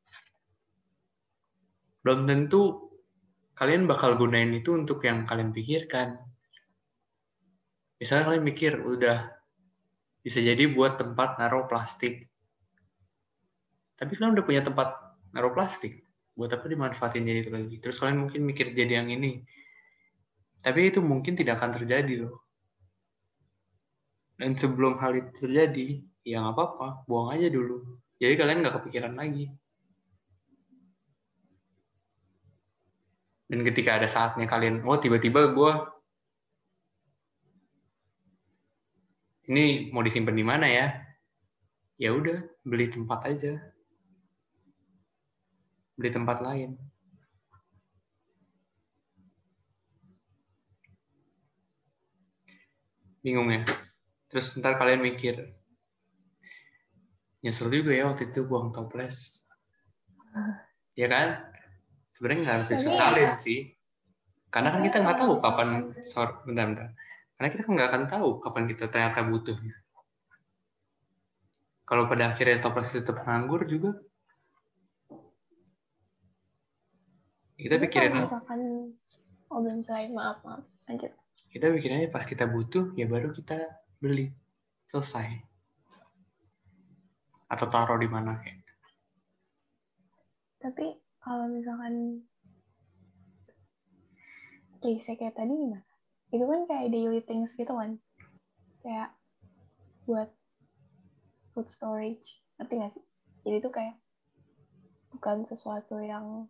Belum tentu kalian bakal gunain itu untuk yang kalian pikirkan. Misalnya kalian mikir udah bisa jadi buat tempat naruh plastik. Tapi kalian udah punya tempat naruh plastik. Buat apa dimanfaatin jadi itu lagi? Terus kalian mungkin mikir jadi yang ini. Tapi itu mungkin tidak akan terjadi loh. Dan sebelum hal itu terjadi, ya nggak apa-apa, buang aja dulu. Jadi kalian nggak kepikiran lagi. Dan ketika ada saatnya kalian, tiba-tiba gue ini mau disimpan di mana ya? Ya udah, beli tempat aja, beli tempat lain. Bingung ya? Terus ntar kalian mikir, nyesel juga ya waktu itu buang toples. Ya kan? Sebenarnya nggak harus Tapi disesalin sih. Karena kan Tapi kita nggak kalau tahu kapan, misalkan bentar. Karena kita kan nggak akan tahu kapan kita ternyata butuhnya. Kalau pada akhirnya toples tetap nganggur juga, kita tapi kalau pikirin aja. misalkan belum selesai, maaf lanjut. Kita pikirin aja pas kita butuh, ya baru kita beli. Selesai. Atau taruh di mana kayak. Tapi kalau misalkan case kayak tadi gimana? Itu kan kayak daily things gitu kan, kayak buat food storage, ngerti gak sih? Jadi itu kayak bukan sesuatu yang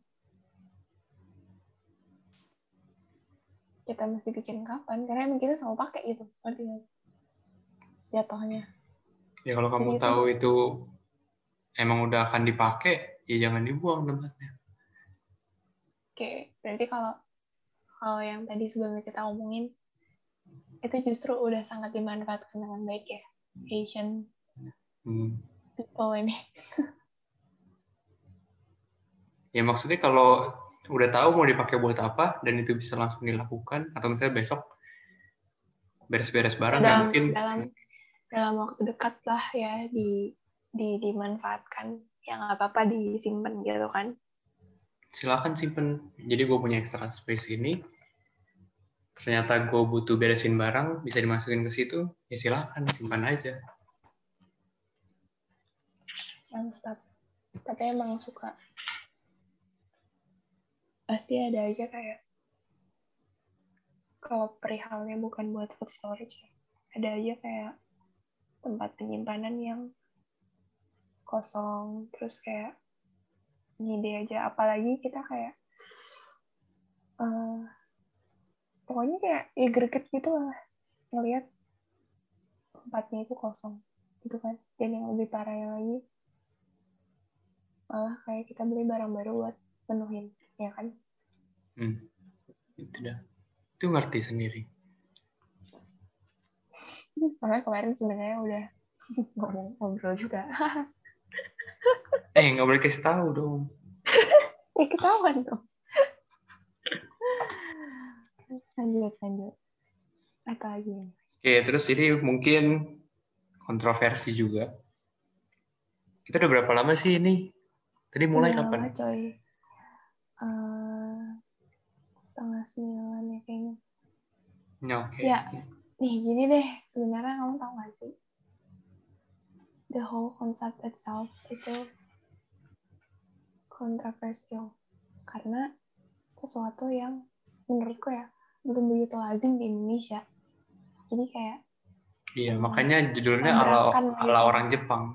kita mesti pikirin kapan, karena emang kita selalu pakai gitu, ngerti gak sih? Jatuhnya. Ya kalau kamu Jadi tahu itu emang udah akan dipakai, ya jangan dibuang tempatnya. Oke, berarti kalau yang tadi sebelumnya kita omongin, itu justru udah sangat dimanfaatkan dengan baik ya, Asian people ini. Ya maksudnya kalau udah tahu mau dipakai buat apa dan itu bisa langsung dilakukan, atau misalnya besok beres-beres barang, ya dalam mungkin dalam dalam waktu dekat lah ya dimanfaatkan, ya nggak apa-apa disimpan gitu kan. silakan simpen. Jadi gue punya extra space ini, ternyata gue butuh beresin barang, bisa dimasukin ke situ, ya silakan simpan aja. Mantap. Tapi emang suka, pasti ada aja kayak, kalau perihalnya bukan buat food storage ya, ada aja kayak tempat penyimpanan yang kosong, terus kayak ngide aja, apalagi kita kayak pokoknya kayak ya greget gitu lah ngelihat tempatnya itu kosong gitu kan. Dan yang lebih parahnya lagi, malah kayak kita beli barang baru buat penuhin, ya kan? Itu dah, itu ngerti sendiri. Soalnya kemarin sebenarnya udah ngobrol juga. Nggak boleh kasih tahu dong. Ketahuan dong. Lanjut. Apa lagi? Oke, terus ini mungkin kontroversi juga. Kita udah berapa lama sih ini? Tadi mulai Udah lama kapan? coy. 8:30 ya kayaknya. Oke. Ya, nih gini deh. Sebenarnya kamu tahu gak sih? The whole concept itself itu kontroversial. Karena sesuatu yang menurutku ya belum begitu lazim di Indonesia. Jadi kayak Iya, makanya judulnya tabrakan ala gitu. orang Jepang.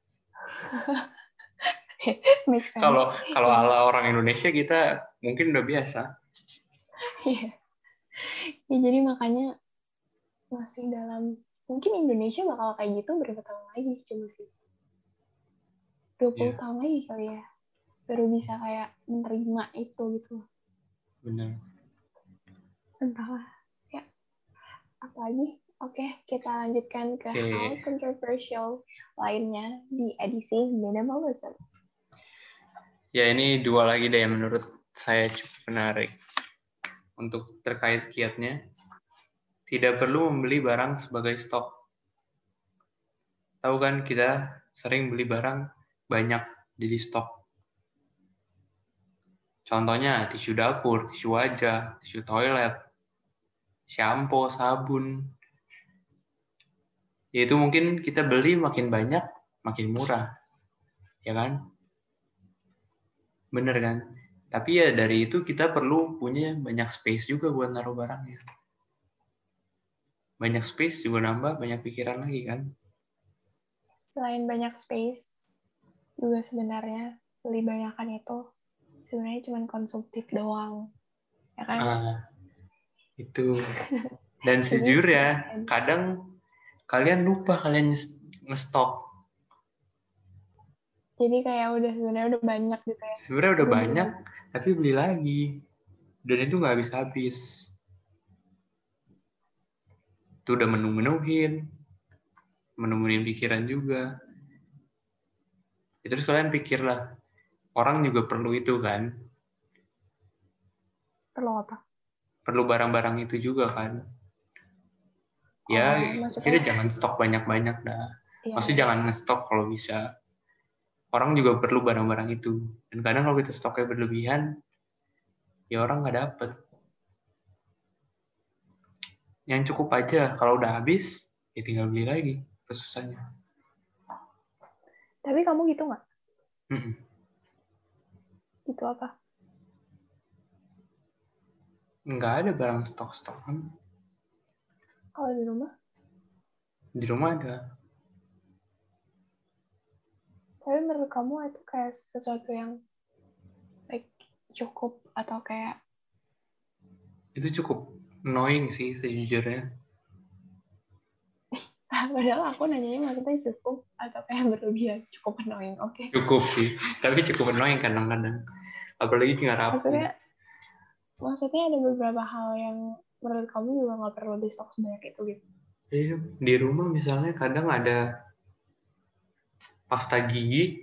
Make sense. Kalau ala orang Indonesia kita mungkin udah biasa. Iya. Ya, jadi makanya masih dalam, mungkin Indonesia bakal kayak gitu berapa tahun lagi coba sih. 20 Iya, tahun lagi kali ya. Baru bisa kayak menerima itu gitu. benar. Entahlah. Ya, apa lagi? Oke, kita lanjutkan ke hal controversial lainnya di edisi minimalism. Ya, ini dua lagi deh yang menurut saya cukup menarik. Untuk terkait kiatnya, tidak perlu membeli barang sebagai stok. Tahu kan kita sering beli barang banyak jadi stok. Contohnya tisu dapur, tisu wajah, tisu toilet, shampoo, sabun. Yaitu mungkin kita beli makin banyak, makin murah. Ya kan? Bener kan? Tapi ya dari itu kita perlu punya banyak space juga buat naruh barangnya. Banyak space juga nambah banyak pikiran lagi kan? Selain banyak space, juga sebenarnya beli banyakan itu sebenarnya cuma konsumtif doang. Ya kan? Itu. Dan Jadi sejujurnya, kadang kalian lupa kalian ngestok. jadi kayak sebenarnya udah banyak gitu ya. Sebenarnya udah Tapi beli banyak, lagi. tapi beli lagi. Dan itu nggak habis-habis. Itu udah menemuin pikiran juga. Ya, terus kalian pikirlah, orang juga perlu itu kan? Perlu apa? perlu barang-barang itu juga kan. Ya, kita maksudnya jangan stok banyak-banyak dah. ya, Maksudnya jangan nge-stok kalau bisa. Orang juga perlu barang-barang itu. Dan kadang kalau kita stoknya berlebihan, ya orang nggak dapet. Yang cukup aja. Kalau udah habis, ya tinggal beli lagi. Susahnya. tapi kamu gitu nggak? Mm-mm. Gitu apa? Nggak ada barang stok-stok kan. Kalau di rumah? Di rumah ada. Tapi menurut kamu itu kayak sesuatu yang like cukup atau kayak Itu cukup annoying sih sejujurnya. padahal aku nanyanya maksudnya cukup atau kayak berlebihan, cukup annoying, oke. Cukup sih. Tapi cukup annoying kadang-kadang. Apalagi nggak rapi. Maksudnya ada beberapa hal yang menurut kamu juga nggak perlu di stok sebanyak itu gitu. Di rumah misalnya kadang ada pasta gigi,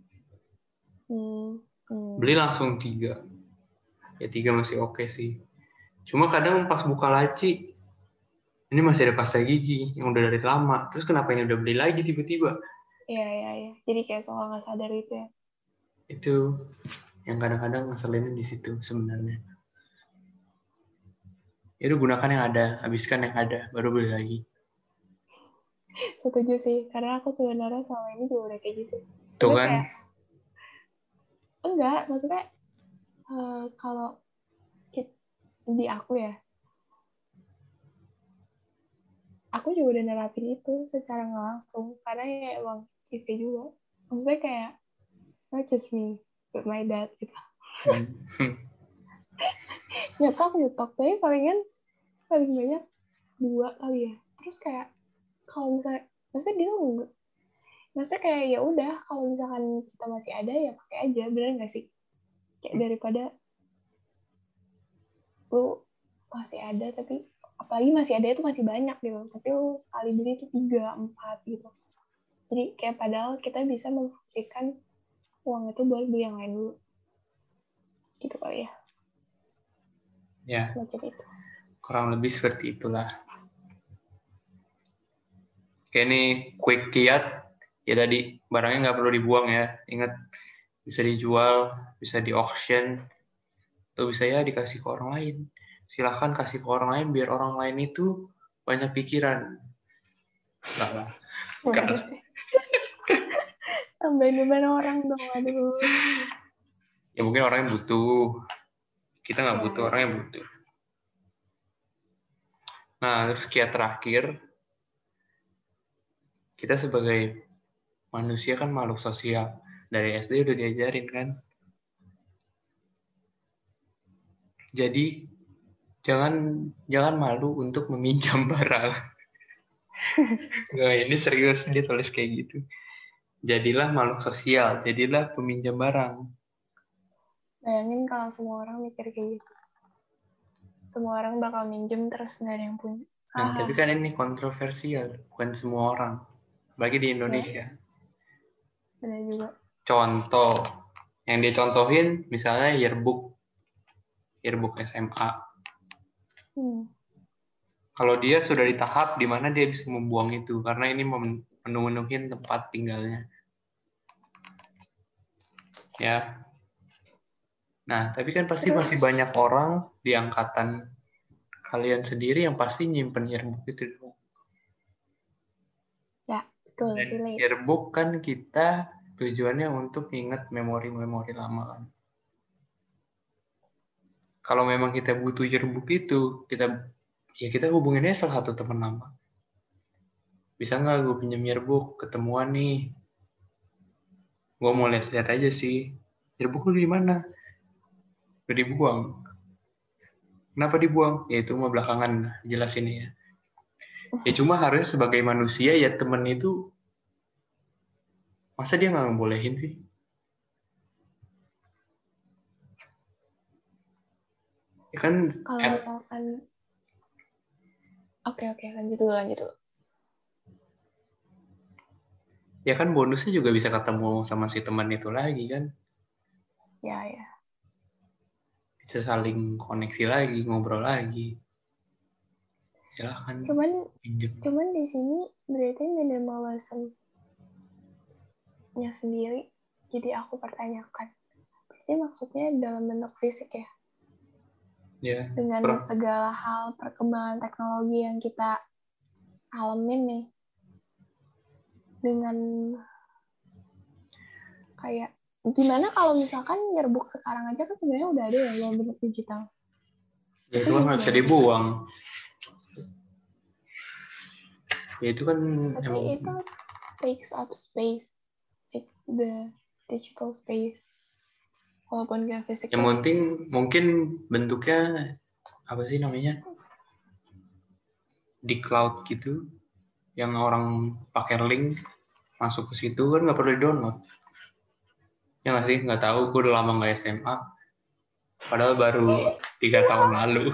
beli langsung 3. Ya 3 masih oke sih. Cuma kadang pas buka laci, ini masih ada pasta gigi yang udah dari lama. Terus kenapa ini udah beli lagi tiba-tiba? Iya. Jadi kayak soal nggak sadar itu ya. Itu yang kadang-kadang ngeselinnya di situ sebenarnya. Ya udah gunakan yang ada, habiskan yang ada, baru beli lagi. Setuju sih, karena aku sebenarnya selama ini juga udah kayak gitu. Tuh Tapi kan? kayak, enggak, maksudnya kalau di aku ya, aku juga udah nerapin itu secara nggak langsung, karena ya emang CV juga. Maksudnya kayak, not just me, but my dad gitu. Nyetok, tapi paling banyak 2 kali ya. Terus kayak, kalau misalnya, maksudnya dia enggak, maksudnya kayak ya udah kalau misalkan kita masih ada ya pakai aja, bener nggak sih? Kayak daripada lu masih ada tapi apalagi masih ada itu masih banyak gitu, tapi lu sekali beli itu 3, 4 gitu. Jadi kayak padahal kita bisa memfungsikan uang itu buat beli yang lain dulu. Gitu kali ya. Ya, Semacam itu. kurang lebih seperti itulah. Kayak ini quick kiat, ya tadi barangnya nggak perlu dibuang ya. Ingat, bisa dijual, bisa di auction, atau bisa ya dikasih ke orang lain. Silahkan kasih ke orang lain biar orang lain itu banyak pikiran. Enggak lah. Bener sih. Tambahin beban orang dong, aduh. Ya mungkin orang yang butuh. Kita nggak butuh, Ya. orang yang butuh. Nah, terus kiat terakhir, kita sebagai manusia kan makhluk sosial. Dari SD udah diajarin kan. Jadi jangan malu untuk meminjam barang. Nggak, ini serius dia tulis kayak gitu. Jadilah makhluk sosial, jadilah peminjam barang. Bayangin kalau semua orang mikir kayak gitu. Semua orang bakal minjem terus nggak ada yang punya. Nah, tapi kan ini kontroversial, bukan semua orang. Bagi di Indonesia. Ya, benar juga. Contoh, yang dicontohin misalnya yearbook SMA. Kalau dia sudah di tahap di mana dia bisa membuang itu, karena ini memenuhi tempat tinggalnya. Ya. Nah, tapi kan pasti masih banyak orang di angkatan kalian sendiri yang pasti nyimpen yearbook itu. Ya, betul. Dan Relate. yearbook kan kita tujuannya untuk ingat memori-memori lama kan. Kalau memang kita butuh yearbook itu, kita hubunginnya salah satu teman lama. Bisa nggak gue pinjam yearbook, ketemuan nih. Gue mau lihat-lihat aja sih. Yearbook lu di mana? Udah dibuang. Kenapa dibuang? Ya itu mah belakangan jelas ini ya. Ya cuma harusnya sebagai manusia ya temen itu masa dia nggak ngebolehin sih? Ya kan Kalau misalkan Oke, lanjut dulu. ya kan bonusnya juga bisa ketemu sama si teman itu lagi kan. Ya. bisa saling koneksi lagi, ngobrol lagi. Silahkan pinjam. Cuman di sini berarti minimalismnya sendiri. Jadi aku pertanyakan, berarti maksudnya dalam bentuk fisik ya? Ya. Dengan segala hal perkembangan teknologi yang kita alamin nih, dengan kayak gimana kalau misalkan yearbook sekarang aja kan sebenarnya udah ada ya dalam bentuk digital. Ya itu kan nggak bisa dibuang. Ya itu kan tapi emang itu takes up space, like the digital space, walaupun gak physical. Yang penting mungkin bentuknya apa sih namanya, di cloud gitu, yang orang pakai link masuk ke situ kan nggak perlu di download. Ya nggak sih, nggak tahu, gue udah lama nggak SMA, padahal baru 3 tahun lalu.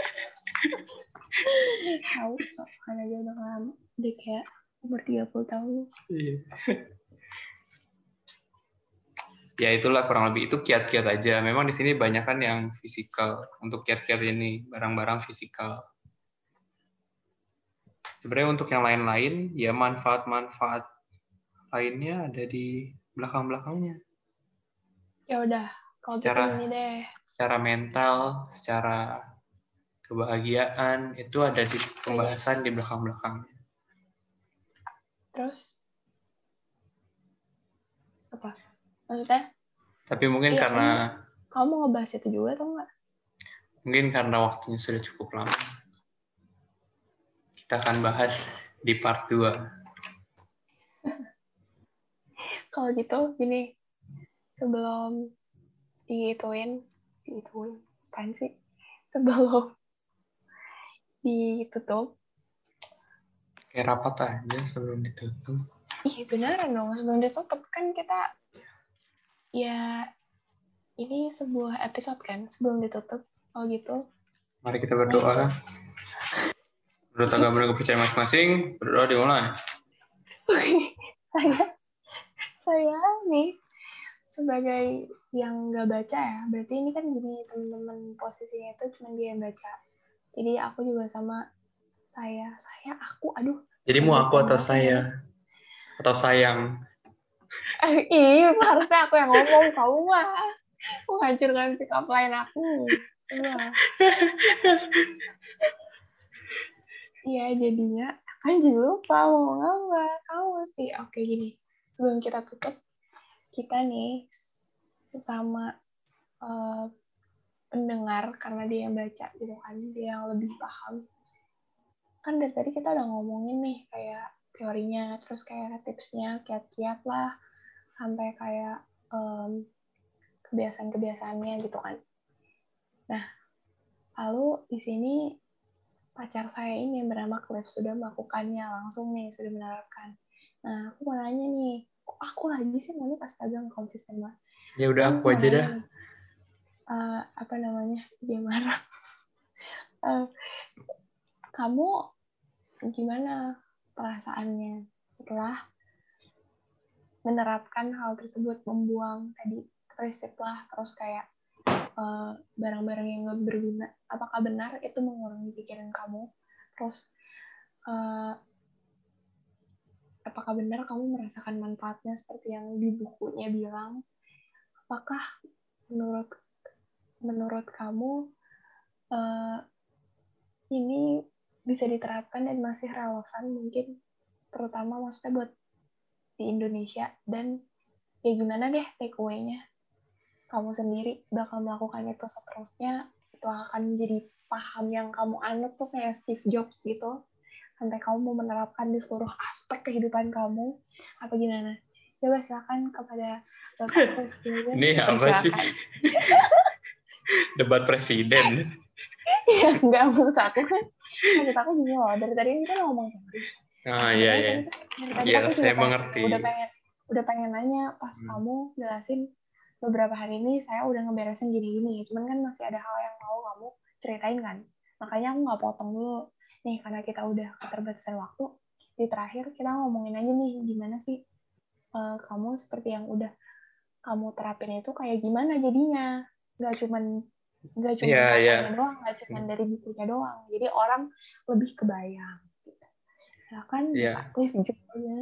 Tahu soalnya aja udah lama, udah kayak umur 30 tahun. Iya. Ya itulah kurang lebih, itu kiat-kiat aja. Memang di sini banyak kan yang fisikal, untuk kiat-kiat ini barang-barang fisikal. Sebenarnya untuk yang lain-lain ya manfaat-manfaat lainnya ada di belakang-belakangnya. Ya udah, kalau gitu gini deh. Secara mental, secara kebahagiaan itu ada di pembahasan di belakang-belakangnya. Terus apa? Maksudnya? Tapi mungkin karena kamu mau ngebahas itu juga atau enggak? Mungkin karena waktunya sudah cukup lama. Kita akan bahas di part 2. Kalau gitu gini, sebelum diituin apaan sih? Sebelum ditutup. Kayak rapat aja sebelum ditutup. Iya beneran dong, sebelum ditutup kan kita, ya ini sebuah episode kan, sebelum ditutup. Oh gitu. Mari kita berdoa. Menurut agama dan kepercayaan masing-masing, berdoa dimulai. saya nih sebagai yang nggak baca ya, berarti ini kan gini, teman-teman posisinya itu cuma dia yang baca. Jadi aku juga sama aku, aduh. Jadi mau aku atau saya? Atau sayang? Iya, harusnya aku yang ngomong, kamu mah menghancurkan pick up line aku. Iya, jadinya kan jadi lupa mau ngomong apa. Kamu sih, oke gini. Sebelum kita tutup, kita nih sesama pendengar, karena dia yang baca gitu kan, dia yang lebih paham. Kan dari tadi kita udah ngomongin nih kayak teorinya, terus kayak tipsnya, kiat-kiat lah, sampai kayak kebiasaan-kebiasaannya gitu kan. Nah, lalu di sini pacar saya ini yang bernama Cliff sudah melakukannya langsung nih, sudah menerapkan. Nah, aku mau nanya nih, kok aku lagi sih mau nih astaga konsisten banget. Ya udah aku aja dah. Apa namanya, dia marah. Kamu gimana perasaannya setelah menerapkan hal tersebut, membuang tadi resep lah, terus kayak barang-barang yang nggak berguna, apakah benar itu mengurangi pikiran kamu? Terus apakah benar kamu merasakan manfaatnya seperti yang di bukunya bilang? Apakah menurut kamu ini bisa diterapkan dan masih relevan mungkin, terutama maksudnya buat di Indonesia? Dan ya gimana deh take away-nya? Kamu sendiri bakal melakukan itu seterusnya, itu akan menjadi paham yang kamu anut tuh kayak Steve Jobs gitu, sampai kamu mau menerapkan di seluruh aspek kehidupan kamu, apa gimana? Coba silakan kepada Bapak Presiden. Ini apa sih? Debat presiden. Ya enggak, maksud aku gini loh, dari tadi ini kan ngomong teori. Iya. Iya, saya mengerti. Udah pengen nanya pas kamu jelasin beberapa hari ini saya udah ngeberesin gini-gini, cuman kan masih ada hal yang mau kamu ceritain kan, makanya aku nggak potong dulu nih karena kita udah keterbatasan waktu. Di terakhir kita ngomongin aja nih gimana sih kamu seperti yang udah kamu terapin itu kayak gimana jadinya, nggak cuman Nggak cuma Iya, iya. katanya doang, nggak cuma dari bukunya doang. Jadi orang lebih kebayang. Gitu. Ya kan, Iya. Kak, please juga.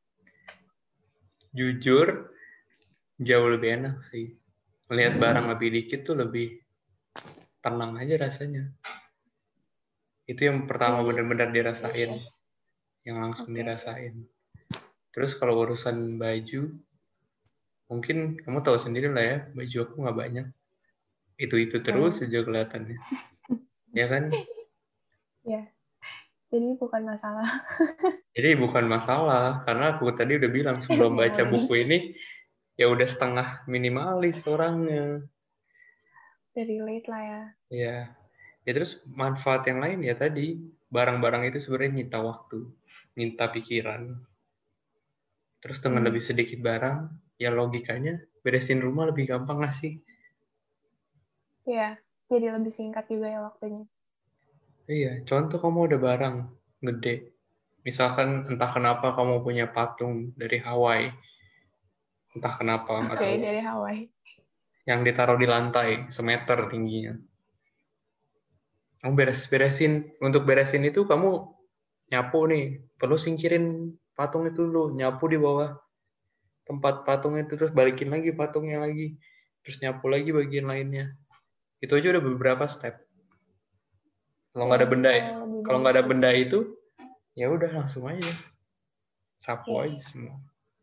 Jujur, jauh lebih enak sih. Melihat barang lebih dikit tuh lebih tenang aja rasanya. Itu yang pertama Yes, benar-benar yes, yes, dirasain, yes. yang langsung Oke. dirasain. Terus kalau urusan baju, mungkin kamu tahu sendiri lah ya, baju aku nggak banyak. Itu terus aja kelihatannya. Ya kan? Ya, jadi bukan masalah. Jadi bukan masalah, karena aku tadi udah bilang sebelum Ya baca udah buku dikit. ini, ya udah setengah minimalis orangnya. Udah relate lah ya. Ya, ya terus manfaat yang lain ya tadi, barang-barang itu sebenarnya nyita waktu, nyita pikiran. Terus dengan lebih sedikit barang, ya logikanya beresin rumah lebih gampang nggak sih? Ya, jadi lebih singkat juga ya waktunya. Iya, contoh kamu ada barang gede. Misalkan entah kenapa kamu punya patung dari Hawaii, entah kenapa nggak Oke, tahu, dari Hawaii. yang ditaruh di lantai semeter tingginya. Kamu beresin, untuk beresin itu kamu nyapu nih, perlu singkirin patung itu dulu, nyapu di bawah tempat patung itu, terus balikin lagi patungnya lagi, terus nyapu lagi bagian lainnya. Itu aja udah beberapa step. Kalau nggak ada Kayaknya benda, kalau lebih kalau banyak nggak ada gitu. benda itu, ya udah langsung aja sapu Oke, aja semua.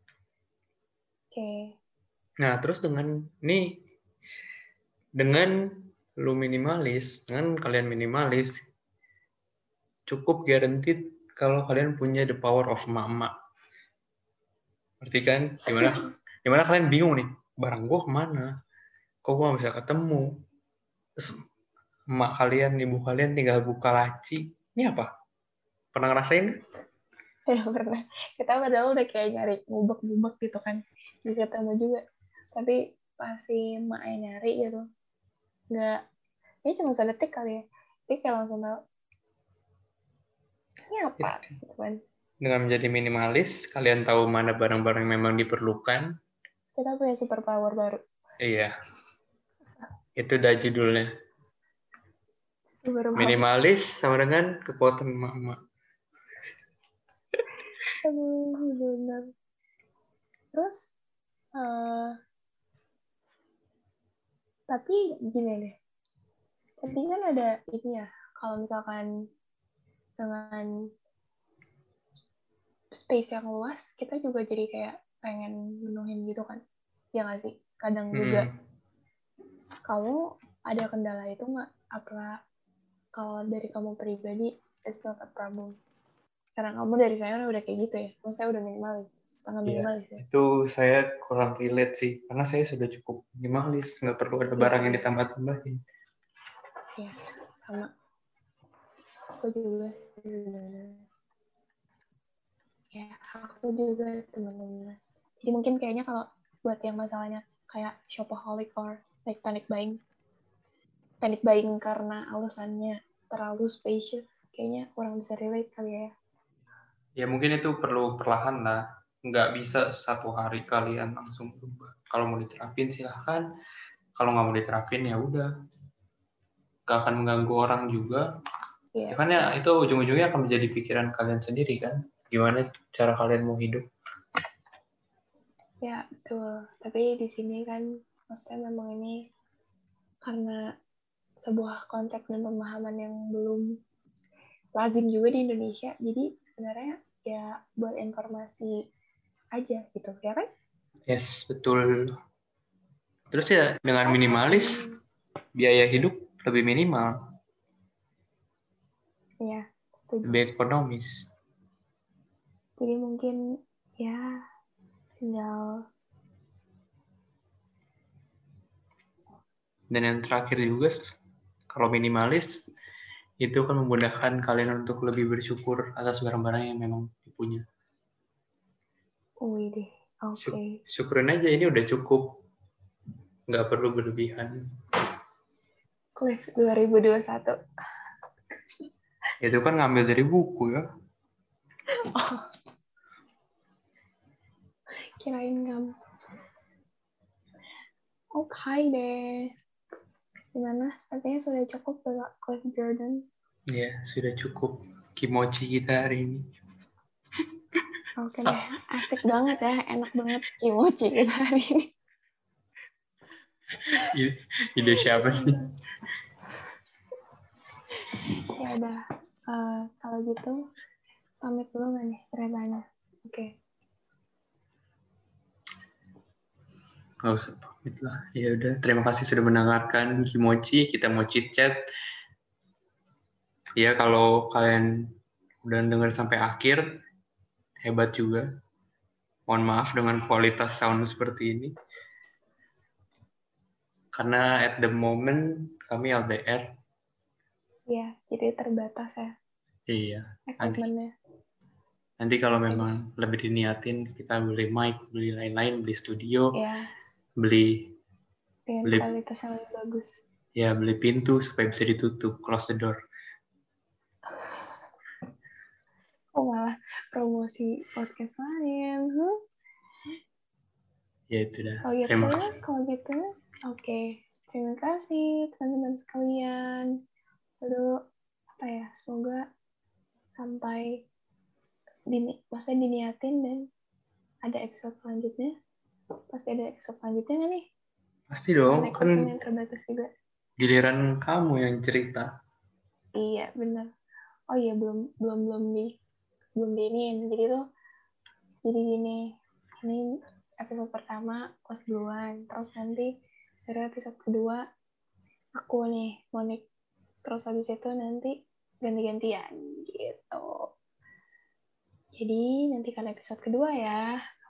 oke. Nah, terus dengan lu minimalis, dengan kalian minimalis, cukup guaranteed kalau kalian punya the power of mama. Berarti kan, gimana kalian bingung nih, barang gua kemana? Kok gua nggak bisa ketemu? Terus emak kalian, ibu kalian tinggal buka laci. Ini apa? Pernah ngerasain? Ya pernah. Kita padahal udah kayak nyari ngubek-ngubek gitu kan. Bisa ketemu juga. Tapi pas si emaknya nyari gitu, nggak, ini cuma sedetik kali ya. Dia kayak langsung tahu, ini apa? Gitu kan. Dengan menjadi minimalis, kalian tahu mana barang-barang yang memang diperlukan. Kita punya super power baru. Iya, itu udah judulnya. Super power. Minimalis sama dengan kekuatan mama. Aduh, bener. Terus, eh tapi gini deh. Tadi kan ada ini ya, kalau misalkan dengan space yang luas, kita juga jadi kayak pengen menuhin gitu kan. Ya nggak sih? Kadang juga kamu ada kendala itu nggak? Apa kalau dari kamu pribadi, it's not a problem? Karena kamu dari saya udah kayak gitu ya. Maksudnya saya udah minimalis, sangat Iya, minimalis ya. itu saya kurang relate sih, karena saya sudah cukup minimalis, nggak perlu ada Iya, barang yang iya, ditambah-tambahin. iya. Sama. Aku juga sih sebenarnya. Ya, aku juga teman-teman. Jadi mungkin kayaknya kalau buat yang masalahnya kayak shopaholic or like panic buying karena alasannya terlalu spacious, kayaknya kurang bisa relate kali ya. Ya mungkin itu perlu perlahan lah, nggak bisa satu hari kalian langsung berubah. Kalau mau diterapin silahkan, kalau nggak mau diterapin ya udah, nggak akan mengganggu orang juga. Ya Iya, kan ya iya. itu ujung-ujungnya akan menjadi pikiran kalian sendiri kan, gimana cara kalian mau hidup. Ya, betul. Tapi di sini kan, maksudnya memang ini karena sebuah konsep dan pemahaman yang belum lazim juga di Indonesia. Jadi sebenarnya ya buat informasi aja gitu, ya kan? Yes, betul. Terus ya dengan minimalis, Hmm, biaya hidup lebih minimal, ya, setuju. lebih ekonomis. Jadi mungkin ya tinggal Dan yang terakhir juga, kalau minimalis, itu kan memudahkan kalian untuk lebih bersyukur atas barang-barang yang memang dipunya. wih deh. Oke. Syukurin aja ini udah cukup, nggak perlu berlebihan. Cliff 2021. Itu kan ngambil dari buku ya. Oh, kirain kamu. Oke deh. Gimana? Sepertinya sudah cukup Bapak Cliff Jordan. Ya, sudah cukup kimochi kita hari ini. Oke deh, asik banget ya, enak banget kimochi kita hari ini. Ide siapa sih? Ya udah, kalau gitu pamit dulu nggak nih ceritanya? Oke. Nggak usah pamit lah. Ya udah, terima kasih sudah mendengarkan Kimochi. Kita mau chit chat. Ya kalau kalian udah dengar sampai akhir, hebat juga. Mohon maaf dengan kualitas sound seperti ini. Karena at the moment kami LDR. Iya, jadi terbatas ya Iya. equipment-nya. Nanti kalau memang lebih diniatin, kita beli mic, beli lain-lain, beli studio, Ya, beli dengan beli kualitas yang lebih bagus. ya beli pintu supaya bisa ditutup, close the door. Oh malah promosi podcast lain. Ya itu dah. Kalau gitu, Terima kasih. oke. Terima kasih teman-teman sekalian. Lalu apa ya? Semoga sampai maksudnya diniatin dan ada episode selanjutnya. Pasti ada episode selanjutnya nggak nih? Pasti Dengan dong, kan equipment yang terbatas juga. giliran kamu yang cerita. Iya benar. Oh iya belum di ini. Jadi gini. Ini episode pertama host duluan. Terus nanti dari episode kedua aku nih Monik. Terus habis itu nanti ganti-gantian gitu. Jadi nantikan episode kedua ya.